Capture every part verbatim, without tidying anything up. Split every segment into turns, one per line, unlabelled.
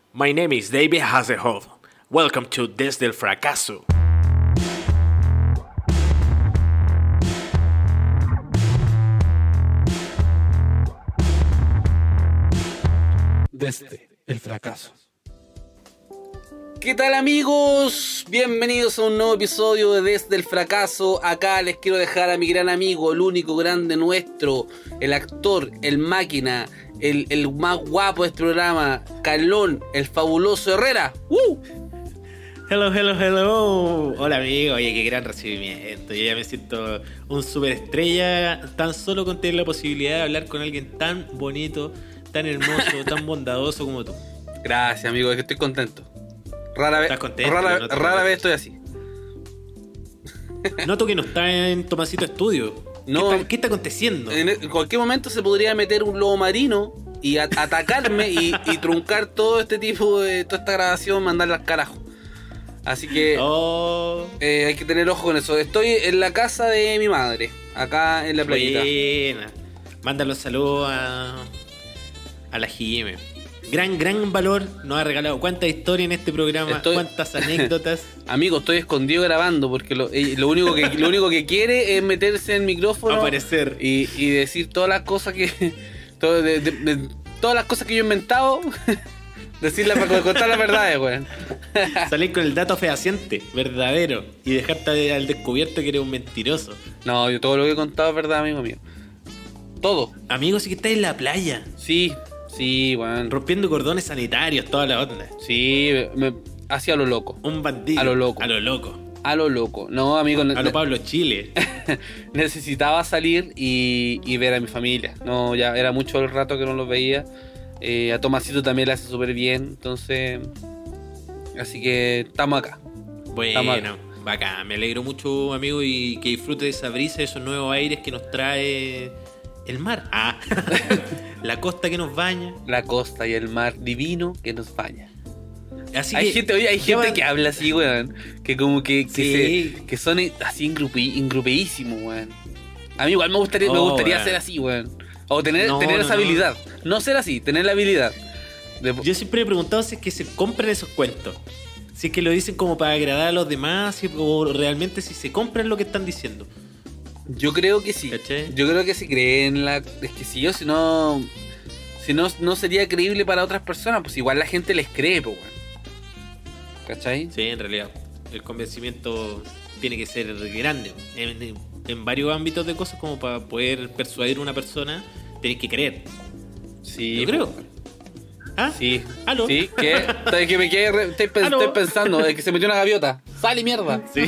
My name is David Hasselhoff. Welcome to Desde el Fracaso.
Desde el Fracaso.
¿Qué tal, amigos? Bienvenidos a un nuevo episodio de Desde el Fracaso. Acá les quiero dejar a mi gran amigo, el único grande nuestro, el actor, el máquina, el, el más guapo de este programa, Carlón, el fabuloso Herrera. ¡Uh!
Hello, hello, hello. Hola, amigo. Oye, qué gran recibimiento. Yo ya me siento un superestrella tan solo con tener la posibilidad de hablar con alguien tan bonito, tan hermoso, tan bondadoso como tú.
Gracias, amigo, es que estoy contento. Rara vez,
¿Estás contento?
rara,
No te
rara vez
preocupes.
estoy así.
Noto que no está en Tomasito Estudio.
No.
¿Qué está, qué está aconteciendo?
En, en cualquier momento se podría meter un lobo marino y a- atacarme y, y truncar todo este tipo de toda esta grabación, mandarla al carajo. Así que
Oh,
eh, hay que tener ojo con eso. Estoy en la casa de mi madre, acá en la playita.
buena. Mándale saludos a, a la Jime. Gran, gran valor. Nos ha regalado cuántas historias en este programa,
Estoy-
cuántas anécdotas.
Amigo, estoy escondido grabando porque lo, eh, lo único que lo único que quiere es meterse en el micrófono
Aparecer.
y, y decir todas las cosas que todo- de- de- de- todas las cosas que yo he inventado. Decirlas para contar las verdades, weón.
Salir con el dato fehaciente, verdadero, y dejarte al descubierto que eres un mentiroso.
No, yo todo lo que he contado es verdad, amigo mío. Todo.
Amigos, si que estás en la playa,
Sí, sí, weón.
rompiendo cordones sanitarios, toda la onda.
Sí, me, hacia lo loco.
Un bandido.
A lo loco.
A lo loco.
A lo loco. No, amigo, ne-
A lo Pablo Chile.
necesitaba salir y, y ver a mi familia. No, ya era mucho el rato que no los veía. Eh, a Tomasito también le hace súper bien. Entonces, así que estamos acá.
Bueno, bacán. Me alegro mucho, amigo, y que disfrute de esa brisa, de esos nuevos aires que nos trae el mar. Ah, la costa que nos baña.
La costa y el mar divino que nos baña.
Así
Hay
que,
gente, oye, hay
ya
gente
va-
que habla así, weón. Que como que, que,
Sí.
se, que son así ingrupe, ingrupeísimos, weón. A mí igual me gustaría, me
Oh,
gustaría
weón.
ser así, weón. O tener,
No,
tener
no,
esa
no.
habilidad. No ser así, tener la habilidad. De-
Yo siempre he preguntado si es que se compran esos cuentos. Si es que lo dicen como para agradar a los demás si- o realmente si se compran lo que están diciendo.
Yo creo que sí.
¿Cachai?
Yo creo que se cree en la. Es que si yo, si no. Si no, no sería creíble para otras personas, pues igual la gente les cree, pues, weón. ¿Cachai?
Sí, en realidad. El convencimiento tiene que ser grande. En, en- en varios ámbitos de cosas como para poder persuadir a una persona, tenés que creer.
Sí.
Yo
pues,
creo.
weón.
¿Ah?
Sí.
¿Aló?
Sí, que, estoy- que me quedé. re- Estoy, pe-
¿Aló?
estoy pensando, es que se metió una gaviota. ¡Sale mierda!
Sí.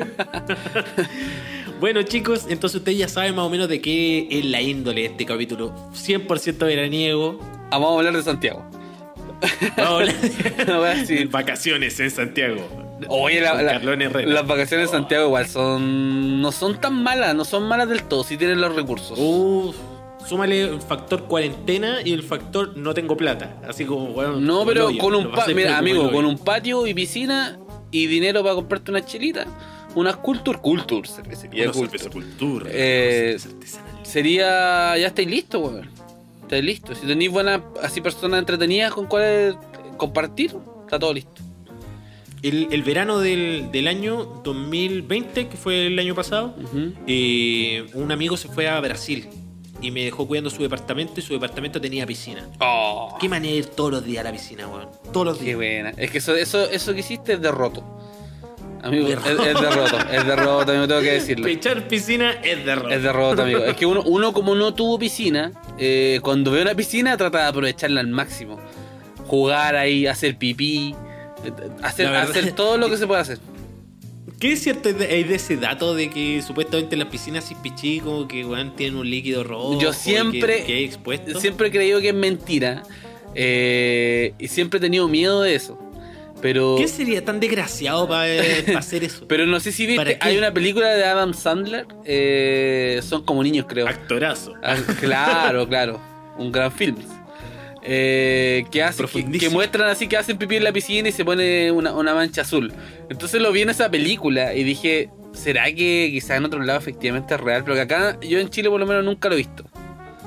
Bueno, chicos, entonces ustedes ya saben más o menos de qué es la índole de este capítulo cien por ciento veraniego.
Ah, vamos a hablar de Santiago.
Vamos a hablar
No voy a
de
decir.
vacaciones en Santiago.
Oye, la-
Con
la-
Carlón Herrera.
las vacaciones de Santiago igual son. No son tan malas, no son malas del todo, si tienen los recursos.
Uf, súmale el factor cuarentena y el factor no tengo plata. Así como, bueno,
No,
como
pero
el hoyo,
con
lo
un
pasé
patio, mira,
como el
amigo,
hoyo.
con un patio y piscina y dinero para comprarte una chelita, unas culture, culture, cervecería
Una
culture.
cerveza cultura,
Eh,
una cerveza artesanal.
Sería, ya estáis listos, weón. Estáis listos. Si tenéis buenas, así personas entretenidas con cuáles compartir, está todo listo.
El, el verano del, del año dos mil veinte, que fue el año pasado,
Ujú.
eh, un amigo se fue a Brasil y me dejó cuidando su departamento y su departamento tenía piscina.
Oh,
Qué manera de ir todos los días a la piscina, weón. Todos los
qué
días.
buena. Es que eso, eso, eso que hiciste es derroto. Amigo, es,
Derroto.
es derroto, es derroto, amigo, tengo que decirlo.
Pechar piscina es de error.
Es derrota, amigo. Es que uno, uno como no tuvo piscina, eh, cuando ve una piscina trata de aprovecharla al máximo. Jugar ahí, hacer pipí, eh, hacer,
La verdad-
hacer todo lo que se puede hacer.
¿Qué es cierto hay de, hay de ese dato de que supuestamente las piscinas sin pichí como que weón tienen un líquido rojo?
Yo
y
siempre,
que, que hay expuesto?
siempre he creído que es mentira. eh, y siempre he tenido miedo de eso. Pero,
¿Qué sería tan desgraciado para hacer eso?
pero no sé si
¿Para
viste,
qué?
hay una película de Adam Sandler. eh, son como niños, creo.
Actorazo.
Ah, claro, claro. Un gran film. Eh, que, hace, que,
Profundísimo.
que muestran así que hacen pipí en la piscina y se pone una, una mancha azul. Entonces lo vi en esa película y dije, ¿será que quizás en otro lado efectivamente es real? Pero que acá yo en Chile por lo menos nunca lo he visto.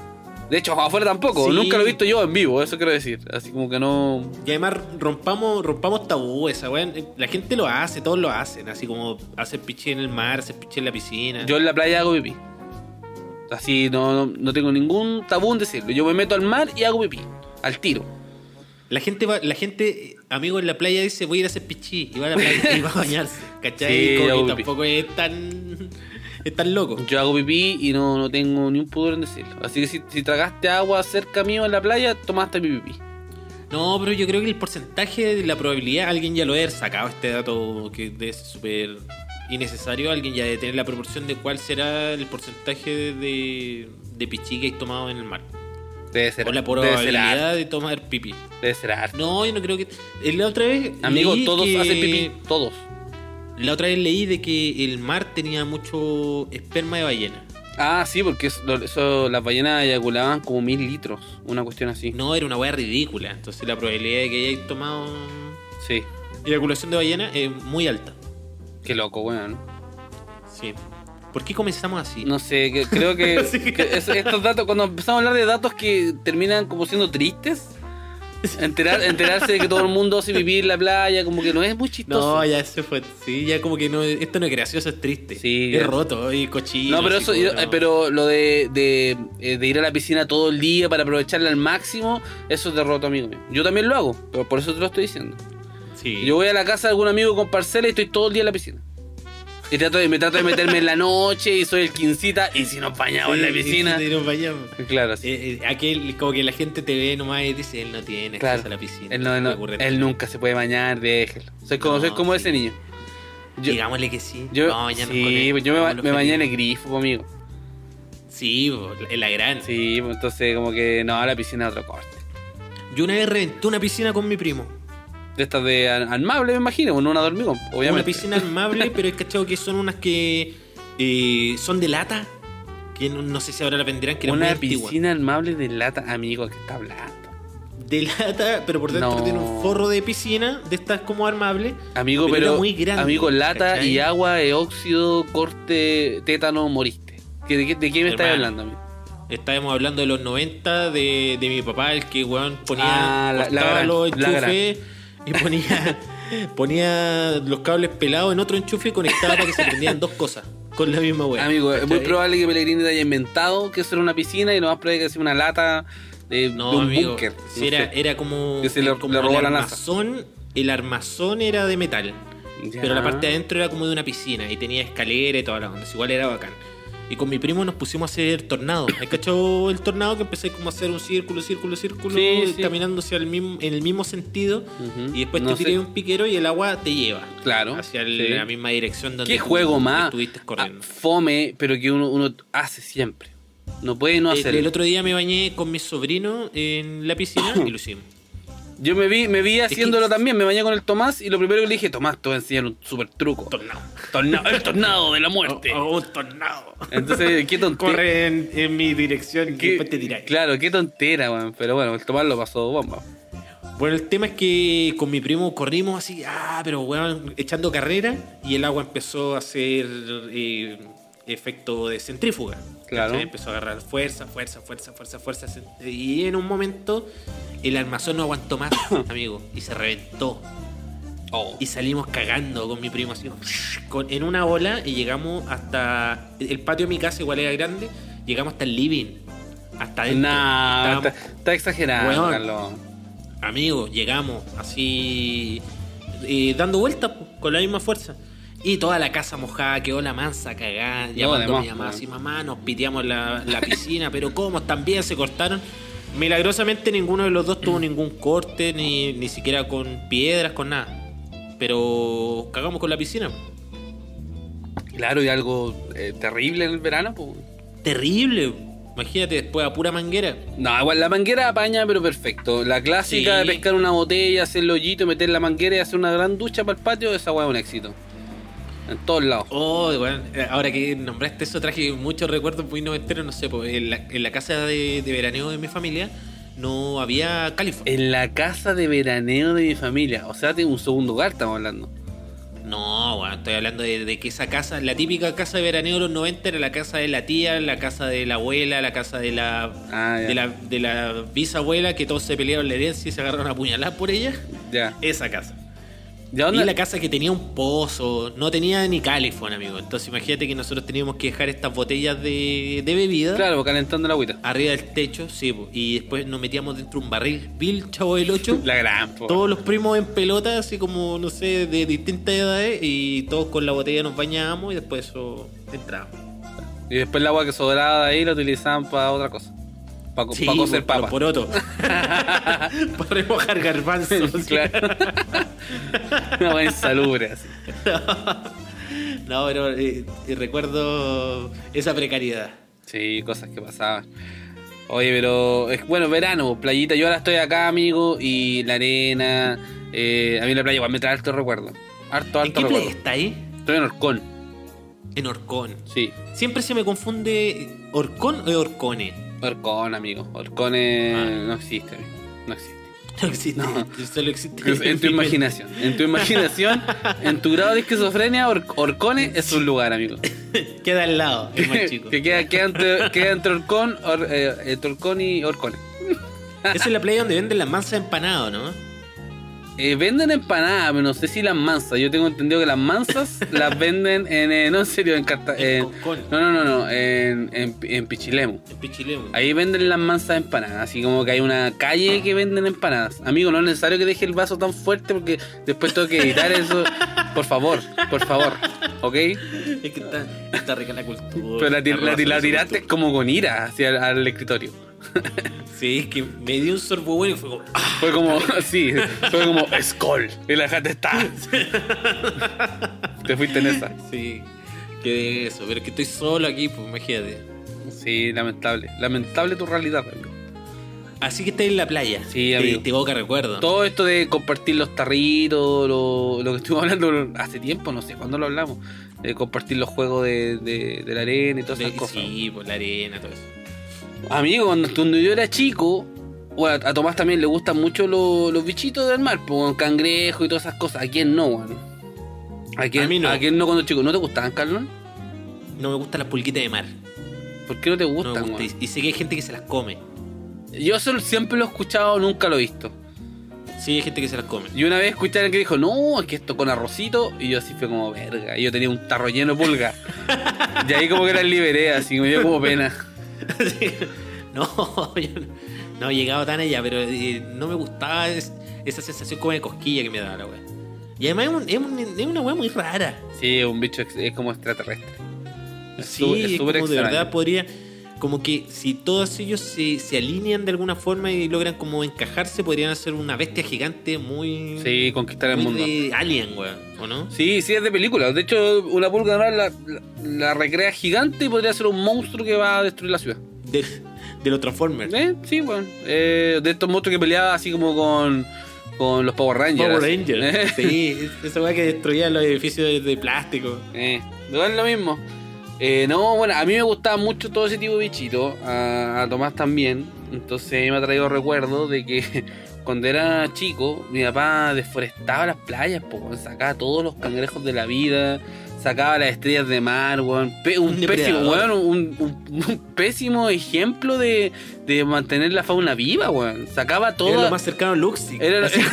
De hecho, afuera tampoco.
Sí.
Nunca lo he visto yo en vivo, eso quiero decir. Así como que no...
Y además rompamos, rompamos tabú esa weón. La gente lo hace, todos lo hacen. Así como hacer piché en el mar, hacer piché en la piscina.
Yo en la playa hago pipí. Así no, no, no tengo ningún tabú en decirlo. Yo me meto al mar y hago pipí. Al tiro.
La gente va, la gente, amigo, en la playa dice voy a ir a hacer pichí y va a la playa y va a bañarse. ¿Cachai?
Sí,
Como
hago
que
pipí.
tampoco es tan, es tan loco.
Yo hago pipí y no, no tengo ni un pudor en decirlo. Así que si, si tragaste agua cerca mío en la playa, tomaste mi pipí.
No, pero yo creo que el porcentaje de la probabilidad, alguien ya lo debe haber sacado este dato que es súper innecesario. Alguien ya debe tener la proporción de cuál será el porcentaje de, de pichí que hay tomado en el mar.
Debe ser,
O la
debe ser
probabilidad
harto.
de tomar pipí.
Debe ser harto.
No, yo no creo que. La otra vez.
Amigo,
leí
todos
que-
hacen pipí. Todos.
La otra vez leí de que el mar tenía mucho esperma de ballena.
Ah, sí, porque eso, eso- las ballenas eyaculaban como mil litros. Una cuestión así.
No, era una weá ridícula. Entonces la probabilidad de que hayáis tomado
Sí.
eyaculación de ballena es muy alta.
Qué loco, weón.
Sí. ¿Por qué comenzamos así?
No sé, que- creo que,
Sí.
que es- estos datos, cuando empezamos a hablar de datos que terminan como siendo tristes, enterar, enterarse de que todo el mundo hace pipí en la playa, como que no es muy chistoso.
No, ya se fue. Sí, ya como que no. Esto no es gracioso, es triste.
Sí,
es
ya.
roto y cochino.
No, pero
así
eso,
como,
yo-
no.
eh, pero lo de, de, eh, de ir a la piscina todo el día para aprovecharla al máximo, eso es derroto, amigo mío. Yo también lo hago, pero por eso te lo estoy diciendo.
Sí.
Yo voy a la casa de algún amigo con parcela y estoy todo el día en la piscina. Y trato de, me trato de meterme en la noche y soy el quincita y si nos bañamos en la
Sí,
piscina.
sí, sí, nos bañamos.
Claro, sí.
Eh, eh, aquel, como que la gente te ve nomás y dice, él no tiene
Claro.
acceso a la piscina.
Él, no, no-
Me ocurre
él
también.
nunca se puede bañar, déjelo. Soy como,
No,
soy como
sí.
ese niño. Yo,
Digámosle que sí.
yo,
Vamos a bañarnos con
sí,
él.
pues yo me, ba-
Hagámoslo
me bañé en
feliz.
el grifo, pues, amigo.
Sí, po, en la gran.
Sí, pues, entonces como que no, la piscina es otro corte.
Yo una vez reventé una piscina con mi primo.
De estas de ar- armable, me imagino, no una de hormigón, obviamente.
Una piscina armable, pero es cachado que son unas que eh, son de lata. Que no, no sé si ahora la venderán, que eran muy
Una
antiguas.
piscina armable de lata, amigo, que está hablando.
De lata, pero por dentro
No.
tiene un forro de piscina, de estas como armables.
Amigo,
Pero
pero,
era muy grande,
amigo, lata
¿cachai?
y agua, eh, óxido, corte, tétano, moriste. ¿De, de, qué- de qué me estás
Hermano.
hablando, amigo?
Estábamos hablando de los noventa, de, de mi papá, el que weón ponía
Ah, la- la
cortaba
gran,
los
la
enchufes y ponía, ponía los cables pelados en otro enchufe y conectaba para que se prendieran dos cosas con la misma weá.
Amigo, es muy
¿cachai?
probable que Pellegrini te haya inventado que eso era una piscina y lo más probable es que sea una lata de,
No,
de un
amigo,
búnker.
sí,
no
era,
sé.
era como,
Que se le-
como
le robó
el
la NASA.
armazón, el armazón era de metal.
Ya.
Pero la parte de adentro era como de una piscina y tenía escalera y toda la onda. Igual era bacán. Y con mi primo nos pusimos a hacer tornado. ¿Has cachado el tornado? Que empecé como a hacer un círculo, círculo, círculo,
Sí, sí.
caminando hacia el mismo, en el mismo sentido.
Ujú.
Y después
No
te tiré
sé.
un piquero y el agua te lleva.
Claro,
Hacia el-
sí.
la misma dirección donde
¿Qué
tú
juego más
estuviste corriendo.
ah, fome, pero que uno, uno hace siempre? No puede no
El,
hacerlo.
el otro día me bañé con mi sobrino en la piscina y lo hicimos.
Yo me vi, me vi haciéndolo
que-
también, me bañé con el Tomás y lo primero que le dije, Tomás, te voy a enseñar un super truco.
Tornado.
Tornado, el tornado de la muerte.
Oh, oh, un tornado.
Entonces, qué tontera.
Corre en, en mi dirección y
Qué-
después te tiráis.
Claro, qué tontera, weón. Pero bueno, el Tomás lo pasó bomba.
Bueno, el tema es que con mi primo corrimos así, ah, pero weón, echando carrera y el agua empezó a hacer eh, efecto de centrífuga.
Claro.
¿Cachai? Empezó a agarrar fuerza, fuerza, fuerza, fuerza, fuerza. Y en un momento el armazón no aguantó más, amigo, y se reventó.
Oh.
Y salimos cagando con mi primo así, con, en una ola y llegamos hasta el patio de mi casa, igual era grande, llegamos hasta el living, hasta adentro.
Nah,
Estábamos-
está, está exagerando,
Weón.
Carlos.
Amigo, llegamos así eh, dando vueltas po, con la misma fuerza. Y toda la casa mojada, quedó la mansa cagada. Llamando a mi
además,
mamá,
weón.
así, mamá, nos piteamos la, la piscina, pero ¿cómo? También se cortaron. Milagrosamente ninguno de los dos tuvo ningún corte, ni, ni siquiera con piedras, con nada. Pero cagamos con la piscina.
Claro, y algo eh, terrible en el verano, pues.
Terrible. Imagínate, después a pura manguera.
No, igual la manguera apaña, pero perfecto. La clásica
Sí.
de pescar una botella, hacer el hoyito, meter la manguera y hacer una gran ducha para el patio, esa weá es un éxito. En todos lados.
Oh, bueno, ahora que nombraste eso, traje muchos recuerdos muy noventeros, no sé, pues, en, la, en la casa de, de veraneo de mi familia no había califón.
En la casa de veraneo de mi familia. O sea, tengo un segundo hogar, estamos hablando.
No, bueno, estoy hablando de, de que esa casa, la típica casa de veraneo de los noventa era la casa de la tía, la casa de la abuela, la casa de la,
Ah, ya.
de la de la bisabuela, que todos se pelearon la herencia y se agarraron a puñalar por ella.
Ya.
Esa casa.
¿De dónde?
Y la casa que tenía un pozo, no tenía ni calefón, amigo. Entonces imagínate que nosotros teníamos que dejar estas botellas de, de bebida
Claro, calentando la agüita.
arriba del techo, sí, po, y después nos metíamos dentro de un barril Bill, chavo del ocho.
La gran, po.
Todos los primos en pelota, así como, no sé, de distintas edades, y todos con la botella nos bañábamos y después eso entrábamos.
Y después el agua que sobraba de ahí la utilizaban para otra cosa. Para
Sí,
cocer
por,
papas.
por otro. Para remojar garbanzos. ¿sí?
Claro. Una buena insalubre así.
No, pero eh, eh, recuerdo esa precariedad.
Sí, cosas que pasaban. Oye, pero es bueno, verano, playita. Yo ahora estoy acá, amigo, y la arena. Eh, a mí la playa igual me trae harto recuerdo. Harto, harto
¿En qué
recuerdo.
playa está ahí?
Estoy en Orcón,
En Orcón.
sí.
Siempre se me confunde Orcón o Orcone.
Orcón, amigo. Orcón es-
Ah.
no existe, amigo. No existe.
No existe.
No.
Solo existe.
En tu imaginación. En tu imaginación, en tu grado de esquizofrenia, Or- Orcone es un lugar, amigo.
Queda al lado, es más chico.
que queda, queda, entre, queda entre Orcón, Or- eh, entre Orcón y Orcone.
Esa es la playa donde venden las mansas empanadas, ¿no?
Eh, venden empanadas, pero no sé si las mansas. Yo tengo entendido que las mansas las venden en. eh, no, en serio, en Carta-
En
en-
Concón.
No, no, no, no. En, en, en Pichilemu.
En Pichilemu.
Ahí venden las mansas empanadas. Así como que hay una calle que venden empanadas. Amigo, no es necesario que deje el vaso tan fuerte porque después tengo que editar eso. Por favor, por favor. ¿Ok?
Es que está, está rica la cultura.
Pero la, tir- la,
raza,
la
la
tiraste
cultura.
como con ira hacia el al escritorio.
Sí, es que me dio un sorbo bueno y fue como. ¡ah!
Fue como, sí, fue como Skol. Y la gente está. Te fuiste en esa.
Sí, que de eso. Pero es que estoy solo aquí, pues imagínate.
Sí, lamentable. Lamentable tu realidad, amigo.
Así que estás en la playa.
Sí,
te,
amigo.
te evoca recuerdo.
Todo esto de compartir los tarritos, lo, lo que estuvimos hablando hace tiempo, no sé cuándo lo hablamos, de compartir los juegos de, de, de la arena y todas
De-
esas cosas.
Sí, por la arena, todo eso.
Amigo, cuando, cuando yo era chico, bueno, a Tomás también le gustan mucho los, los bichitos del mar, pues, cangrejo y todas esas cosas. ¿A quién no, weón? ¿A quién
A mí no.
¿A quién no cuando chico? ¿No te gustaban, Carlos?
No me gustan las pulquitas de mar.
¿Por qué no te
No me
gustan,
gusta.
weón?
Y, y sé que hay gente que se las come.
Yo solo, siempre lo he escuchado, nunca lo he visto.
Sí, hay gente que se las come.
Y una vez escuché a alguien que dijo, no, es que esto con arrocito. Y yo así fue como, verga. Y yo tenía un tarro lleno de pulga. Y ahí como que las liberé, así me dio como pena.
Sí. No, yo no, no he llegado tan allá, pero eh, no me gustaba es- esa sensación como de cosquilla que me daba la wea. Y además es, un- es un- es una wea muy rara.
Sí, es un bicho ex- es como extraterrestre. Es
Sí,
su-
es
es
como
súper
de
extraño.
verdad podría. Como que si todos ellos se, se alinean de alguna forma y logran como encajarse, podrían hacer una bestia gigante muy.
Sí, conquistar el
muy
mundo.
de Alien, weón, ¿o no?
Sí, sí, es de película. De hecho, una pulga normal la, la, la recrea gigante y podría ser un monstruo que va a destruir la ciudad.
De, de los Transformers.
¿Eh? Sí, bueno. Eh, de estos monstruos que peleaba así como con, con los Power Rangers.
Power
así.
Rangers.
Eh,
Sí, esa weá que destruía los edificios de, de plástico.
eh, no es lo mismo. Eh, no, bueno, a mí me gustaba mucho todo ese tipo de bichitos. A, a Tomás también. Entonces me ha traído recuerdos de que cuando era chico, mi papá deforestaba las playas, po, weón, sacaba todos los cangrejos de la vida, sacaba las estrellas de mar, weón. Pe- un,
Un
pésimo,
depredador.
weón, un, un- un pésimo ejemplo de, de mantener la fauna viva, weón. Sacaba
Era
todo.
lo más cercano a Luxi.
Era,
Así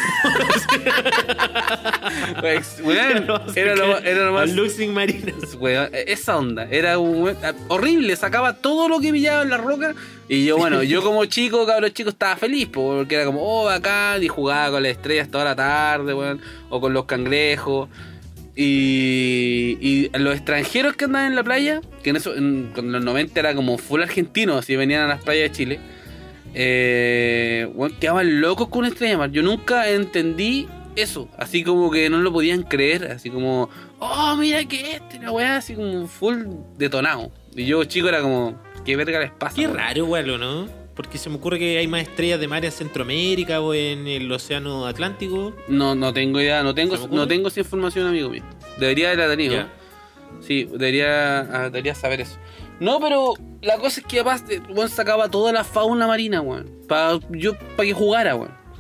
Pues, weón,
más
era lo,
cercano
era lo más.
a Luxi Marinas.
Weón, esa onda, era un, weón, horrible, sacaba todo lo que pillaba en la roca. Y yo, bueno, yo como chico, cabrón chico, estaba feliz, po, porque era como, oh, bacán, y jugaba con las estrellas toda la tarde, weón, o con los cangrejos. Y, y los extranjeros que andaban en la playa, que en eso, en, en los noventa era como full argentino, así venían a las playas de Chile, eh, weón, quedaban locos con una estrella de mar. Yo nunca entendí eso, así como que no lo podían creer, así como, oh, mira que este, la weá, así como full detonado. Y yo, chico, era como, ¿qué verga les pasa?
Qué
weón?
raro, igual, ¿o no? Porque se me ocurre que hay más estrellas de mar en Centroamérica o en el Océano Atlántico.
No, no tengo idea, no tengo,
¿Se me ocurre?
no tengo esa información, amigo mío. Debería haberla tenido.
Ya.
Sí, debería, ah, debería saber eso. No, pero la cosa es que capaz, weón, sacaba toda la fauna marina, weón. Para yo, para que jugara, weón.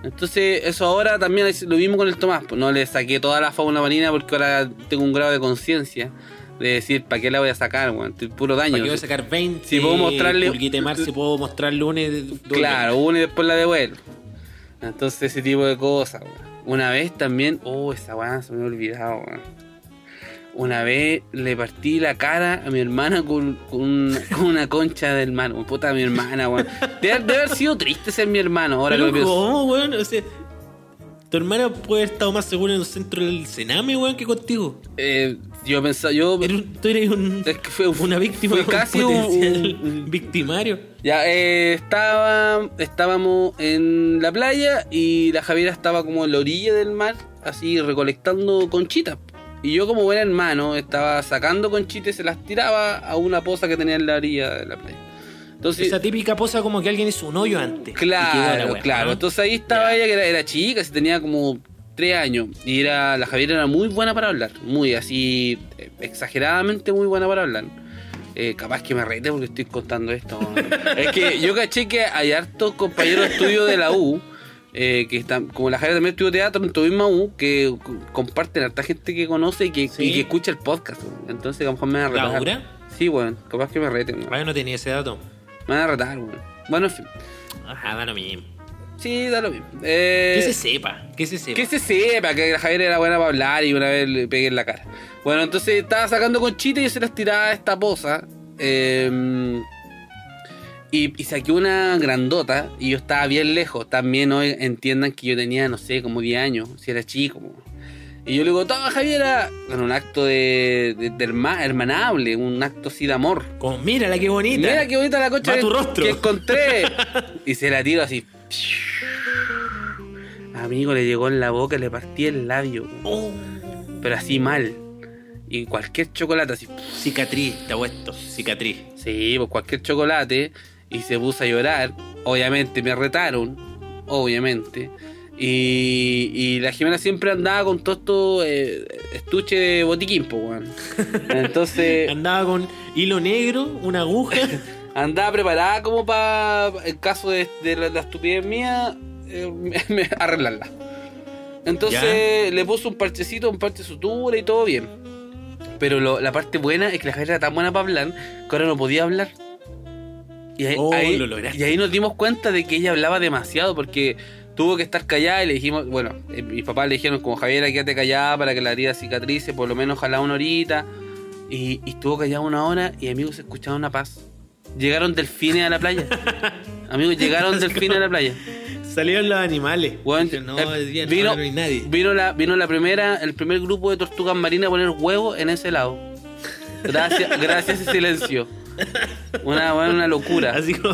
Entonces, eso ahora también es lo mismo con el Tomás. Pues no le saqué toda la fauna marina porque ahora tengo un grado de conciencia de decir, ¿para qué la voy a sacar, weón? Estoy puro daño.
¿Para qué voy a sacar veinte?
Si puedo mostrarle.
Pulguita de mar, si puedo mostrarle una.
Claro, una y después la devuelvo. Entonces, ese tipo de cosas, weón. Una vez también. Oh, esa weá se me había olvidado, weón. Una vez le partí la cara a mi hermana con, con, una, con una concha del mar. Puta, mi hermana, weón. Debe, debe haber sido triste ser mi hermano. Ahora
Pero
que lo pienso.
¿cómo, weón? O sea, tu hermana puede haber estado más segura en el centro del Sename, weón, que contigo.
Eh, yo pensaba, yo.
Eres, tú eres un,
es que fue,
una víctima,
fue casi
un
un,
potencial
un-
victimario.
Ya, eh, estaba, estábamos en la playa y la Javiera estaba como en la orilla del mar, así recolectando conchitas. Y yo, como buen hermano, estaba sacando conchitas y se las tiraba a una poza que tenía en la orilla de la playa. Entonces,
Esa típica posa como que alguien hizo un hoyo antes. y quedó la
claro,
weá,
claro.
¿no?
Entonces ahí estaba
Ya.
ella, que era, era chica, si tenía como tres años. Y era la Javiera era muy buena para hablar, muy así, eh, exageradamente muy buena para hablar. Eh, capaz que me rete porque estoy contando esto. Es que yo caché que hay hartos compañeros de estudio de la U, eh, que están, como la Javiera también estudió teatro en tu misma U, que c- comparten harta gente que conoce y que,
Sí.
y que escucha el podcast. Weón. Entonces a lo mejor me van a retar.
¿Laura?
Sí, weón, capaz que me reten. weón.
Ah, yo no tenía ese dato.
Me van a retar, weón. Bueno, en fin.
Ajá, da lo mismo.
Sí, da lo mismo. Eh,
Que se sepa, que se sepa.
Que se sepa que la Javiera era buena para hablar y una vez le pegué en la cara. Bueno, entonces estaba sacando conchitas y yo se las tiraba a esta poza. Eh, y, y saqué una grandota y yo estaba bien lejos. También hoy entiendan que yo tenía, no sé, como diez años, si era chico. Y yo le digo, toma Javiera, en un acto de, de, de herma- hermanable, un acto así de amor.
Como, mírala qué bonita.
Mira qué bonita la concha
Va
que,
tu rostro.
que encontré. Y se la tiro así. Amigo, le llegó en la boca y le partí el labio.
Oh,
Pero así mal. Y cualquier chocolate así.
cicatriz, te apuesto, cicatriz.
Sí, pues cualquier chocolate. Y se puso a llorar. Obviamente me retaron. Obviamente. Y, y la Jimena siempre andaba con todo esto eh, estuche de botiquín, pues, weón. Entonces
Andaba con hilo negro, una aguja.
andaba preparada como para, en caso de, de la, la estupidez mía, eh, me- me- arreglarla. Entonces
Ya.
le puso un parchecito, un parche de sutura y todo bien. Pero lo- la parte buena es que la Javiera era tan buena para hablar que ahora no podía hablar. Y ahí,
Oh,
ahí-
lo lograste.
y ahí nos dimos cuenta de que ella hablaba demasiado porque tuvo que estar callada y le dijimos, bueno, eh, mis papás le dijeron como Javiera, quédate callada para que la herida cicatrice, por lo menos ojalá una horita. Y, y estuvo callada una hora y amigos se escuchaba una paz. Llegaron delfines a la playa. Amigos, llegaron delfines a la playa.
Salieron los animales.
Weón,
Dije, no,
eh,
hoy día
vino,
no, no hay nadie.
vino la, vino la primera, el primer grupo de tortugas marinas a poner huevos en ese lado. Gracias, gracias a ese silencio. Una, bueno, una locura.
Así como.